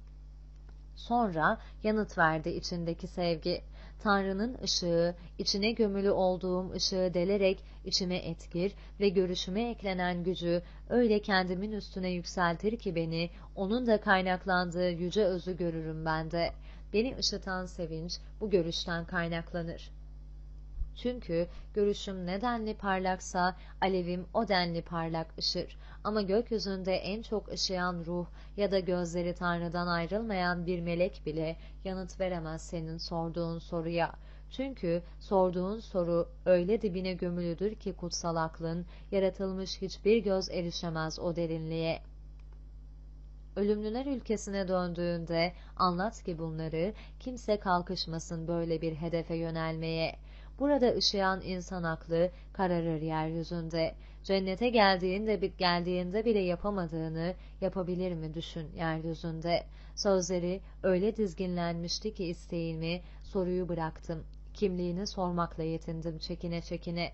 Sonra yanıt verdi içindeki sevgi. Tanrı'nın ışığı, içine gömülü olduğum ışığı delerek içime etkir ve görüşüme eklenen gücü öyle kendimin üstüne yükseltir ki beni, onun da kaynaklandığı yüce özü görürüm ben de. Beni ışıtan sevinç bu görüşten kaynaklanır. Çünkü görüşüm nedenli parlaksa, alevim o denli parlak ışır. Ama gökyüzünde en çok ışıyan ruh ya da gözleri Tanrı'dan ayrılmayan bir melek bile yanıt veremez senin sorduğun soruya. Çünkü sorduğun soru öyle dibine gömülüdür ki kutsal aklın, yaratılmış hiçbir göz erişemez o derinliğe. Ölümlüler ülkesine döndüğünde anlat ki bunları, kimse kalkışmasın böyle bir hedefe yönelmeye. Burada ışıyan insan aklı kararır yeryüzünde. Cennete geldiğinde, geldiğinde bile yapamadığını yapabilir mi düşün yeryüzünde. Sözleri öyle dizginlenmişti ki isteğimi Soruyu bıraktım. Kimliğini sormakla yetindim çekine çekine.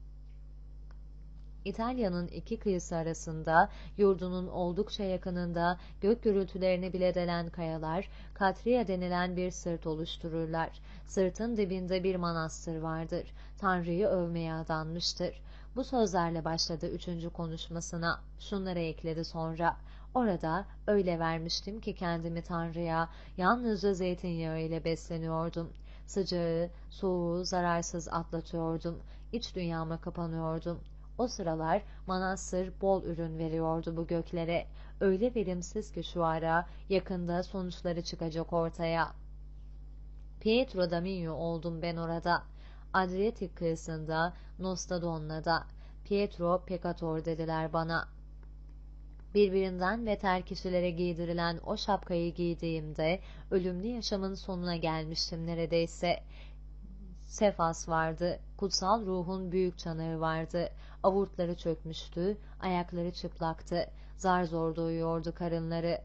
İtalya'nın iki kıyısı arasında, yurdunun oldukça yakınında gök gürültülerini bile delen kayalar, Katria denilen bir sırt oluştururlar. Sırtın dibinde bir manastır vardır. Tanrı'yı övmeye adanmıştır. Bu sözlerle başladı üçüncü konuşmasına. Şunları ekledi sonra. Orada öyle vermiştim ki kendimi Tanrı'ya, yalnızca zeytinyağı ile besleniyordum. Sıcağı, soğuğu zararsız atlatıyordum. İç dünyama kapanıyordum. O sıralar manastır bol ürün veriyordu bu göklere. Öyle verimsiz ki şu ara yakında sonuçları çıkacak ortaya. Pietro Damigno oldum ben orada. Adriyatik kıyısında, Nostadonna'da. Pietro Peccator dediler bana. Birbirinden beter kişilere giydirilen o şapkayı giydiğimde ölümlü yaşamın sonuna gelmiştim neredeyse. Sefas vardı, kutsal ruhun büyük çanağı vardı, avurtları çökmüştü, ayakları çıplaktı, zar zor doyuyordu karınları.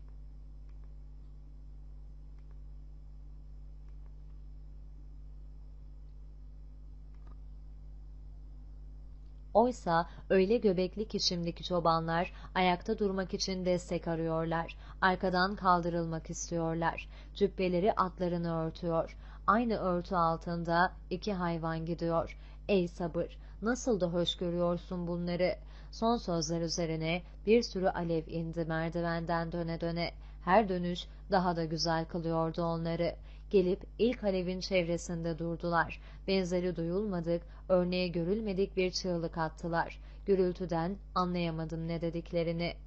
Oysa öyle göbekli ki şimdiki çobanlar ayakta durmak için destek arıyorlar, arkadan kaldırılmak istiyorlar, cübbeleri atlarını örtüyor. Aynı örtü altında iki hayvan gidiyor. Ey sabır! Nasıl da hoş görüyorsun bunları. Son sözler üzerine bir sürü alev indi merdivenden döne döne. Her dönüş daha da güzel kılıyordu onları. Gelip ilk alevin çevresinde durdular. Benzeri duyulmadık, örneği görülmedik bir çığlık attılar. Gürültüden anlayamadım ne dediklerini.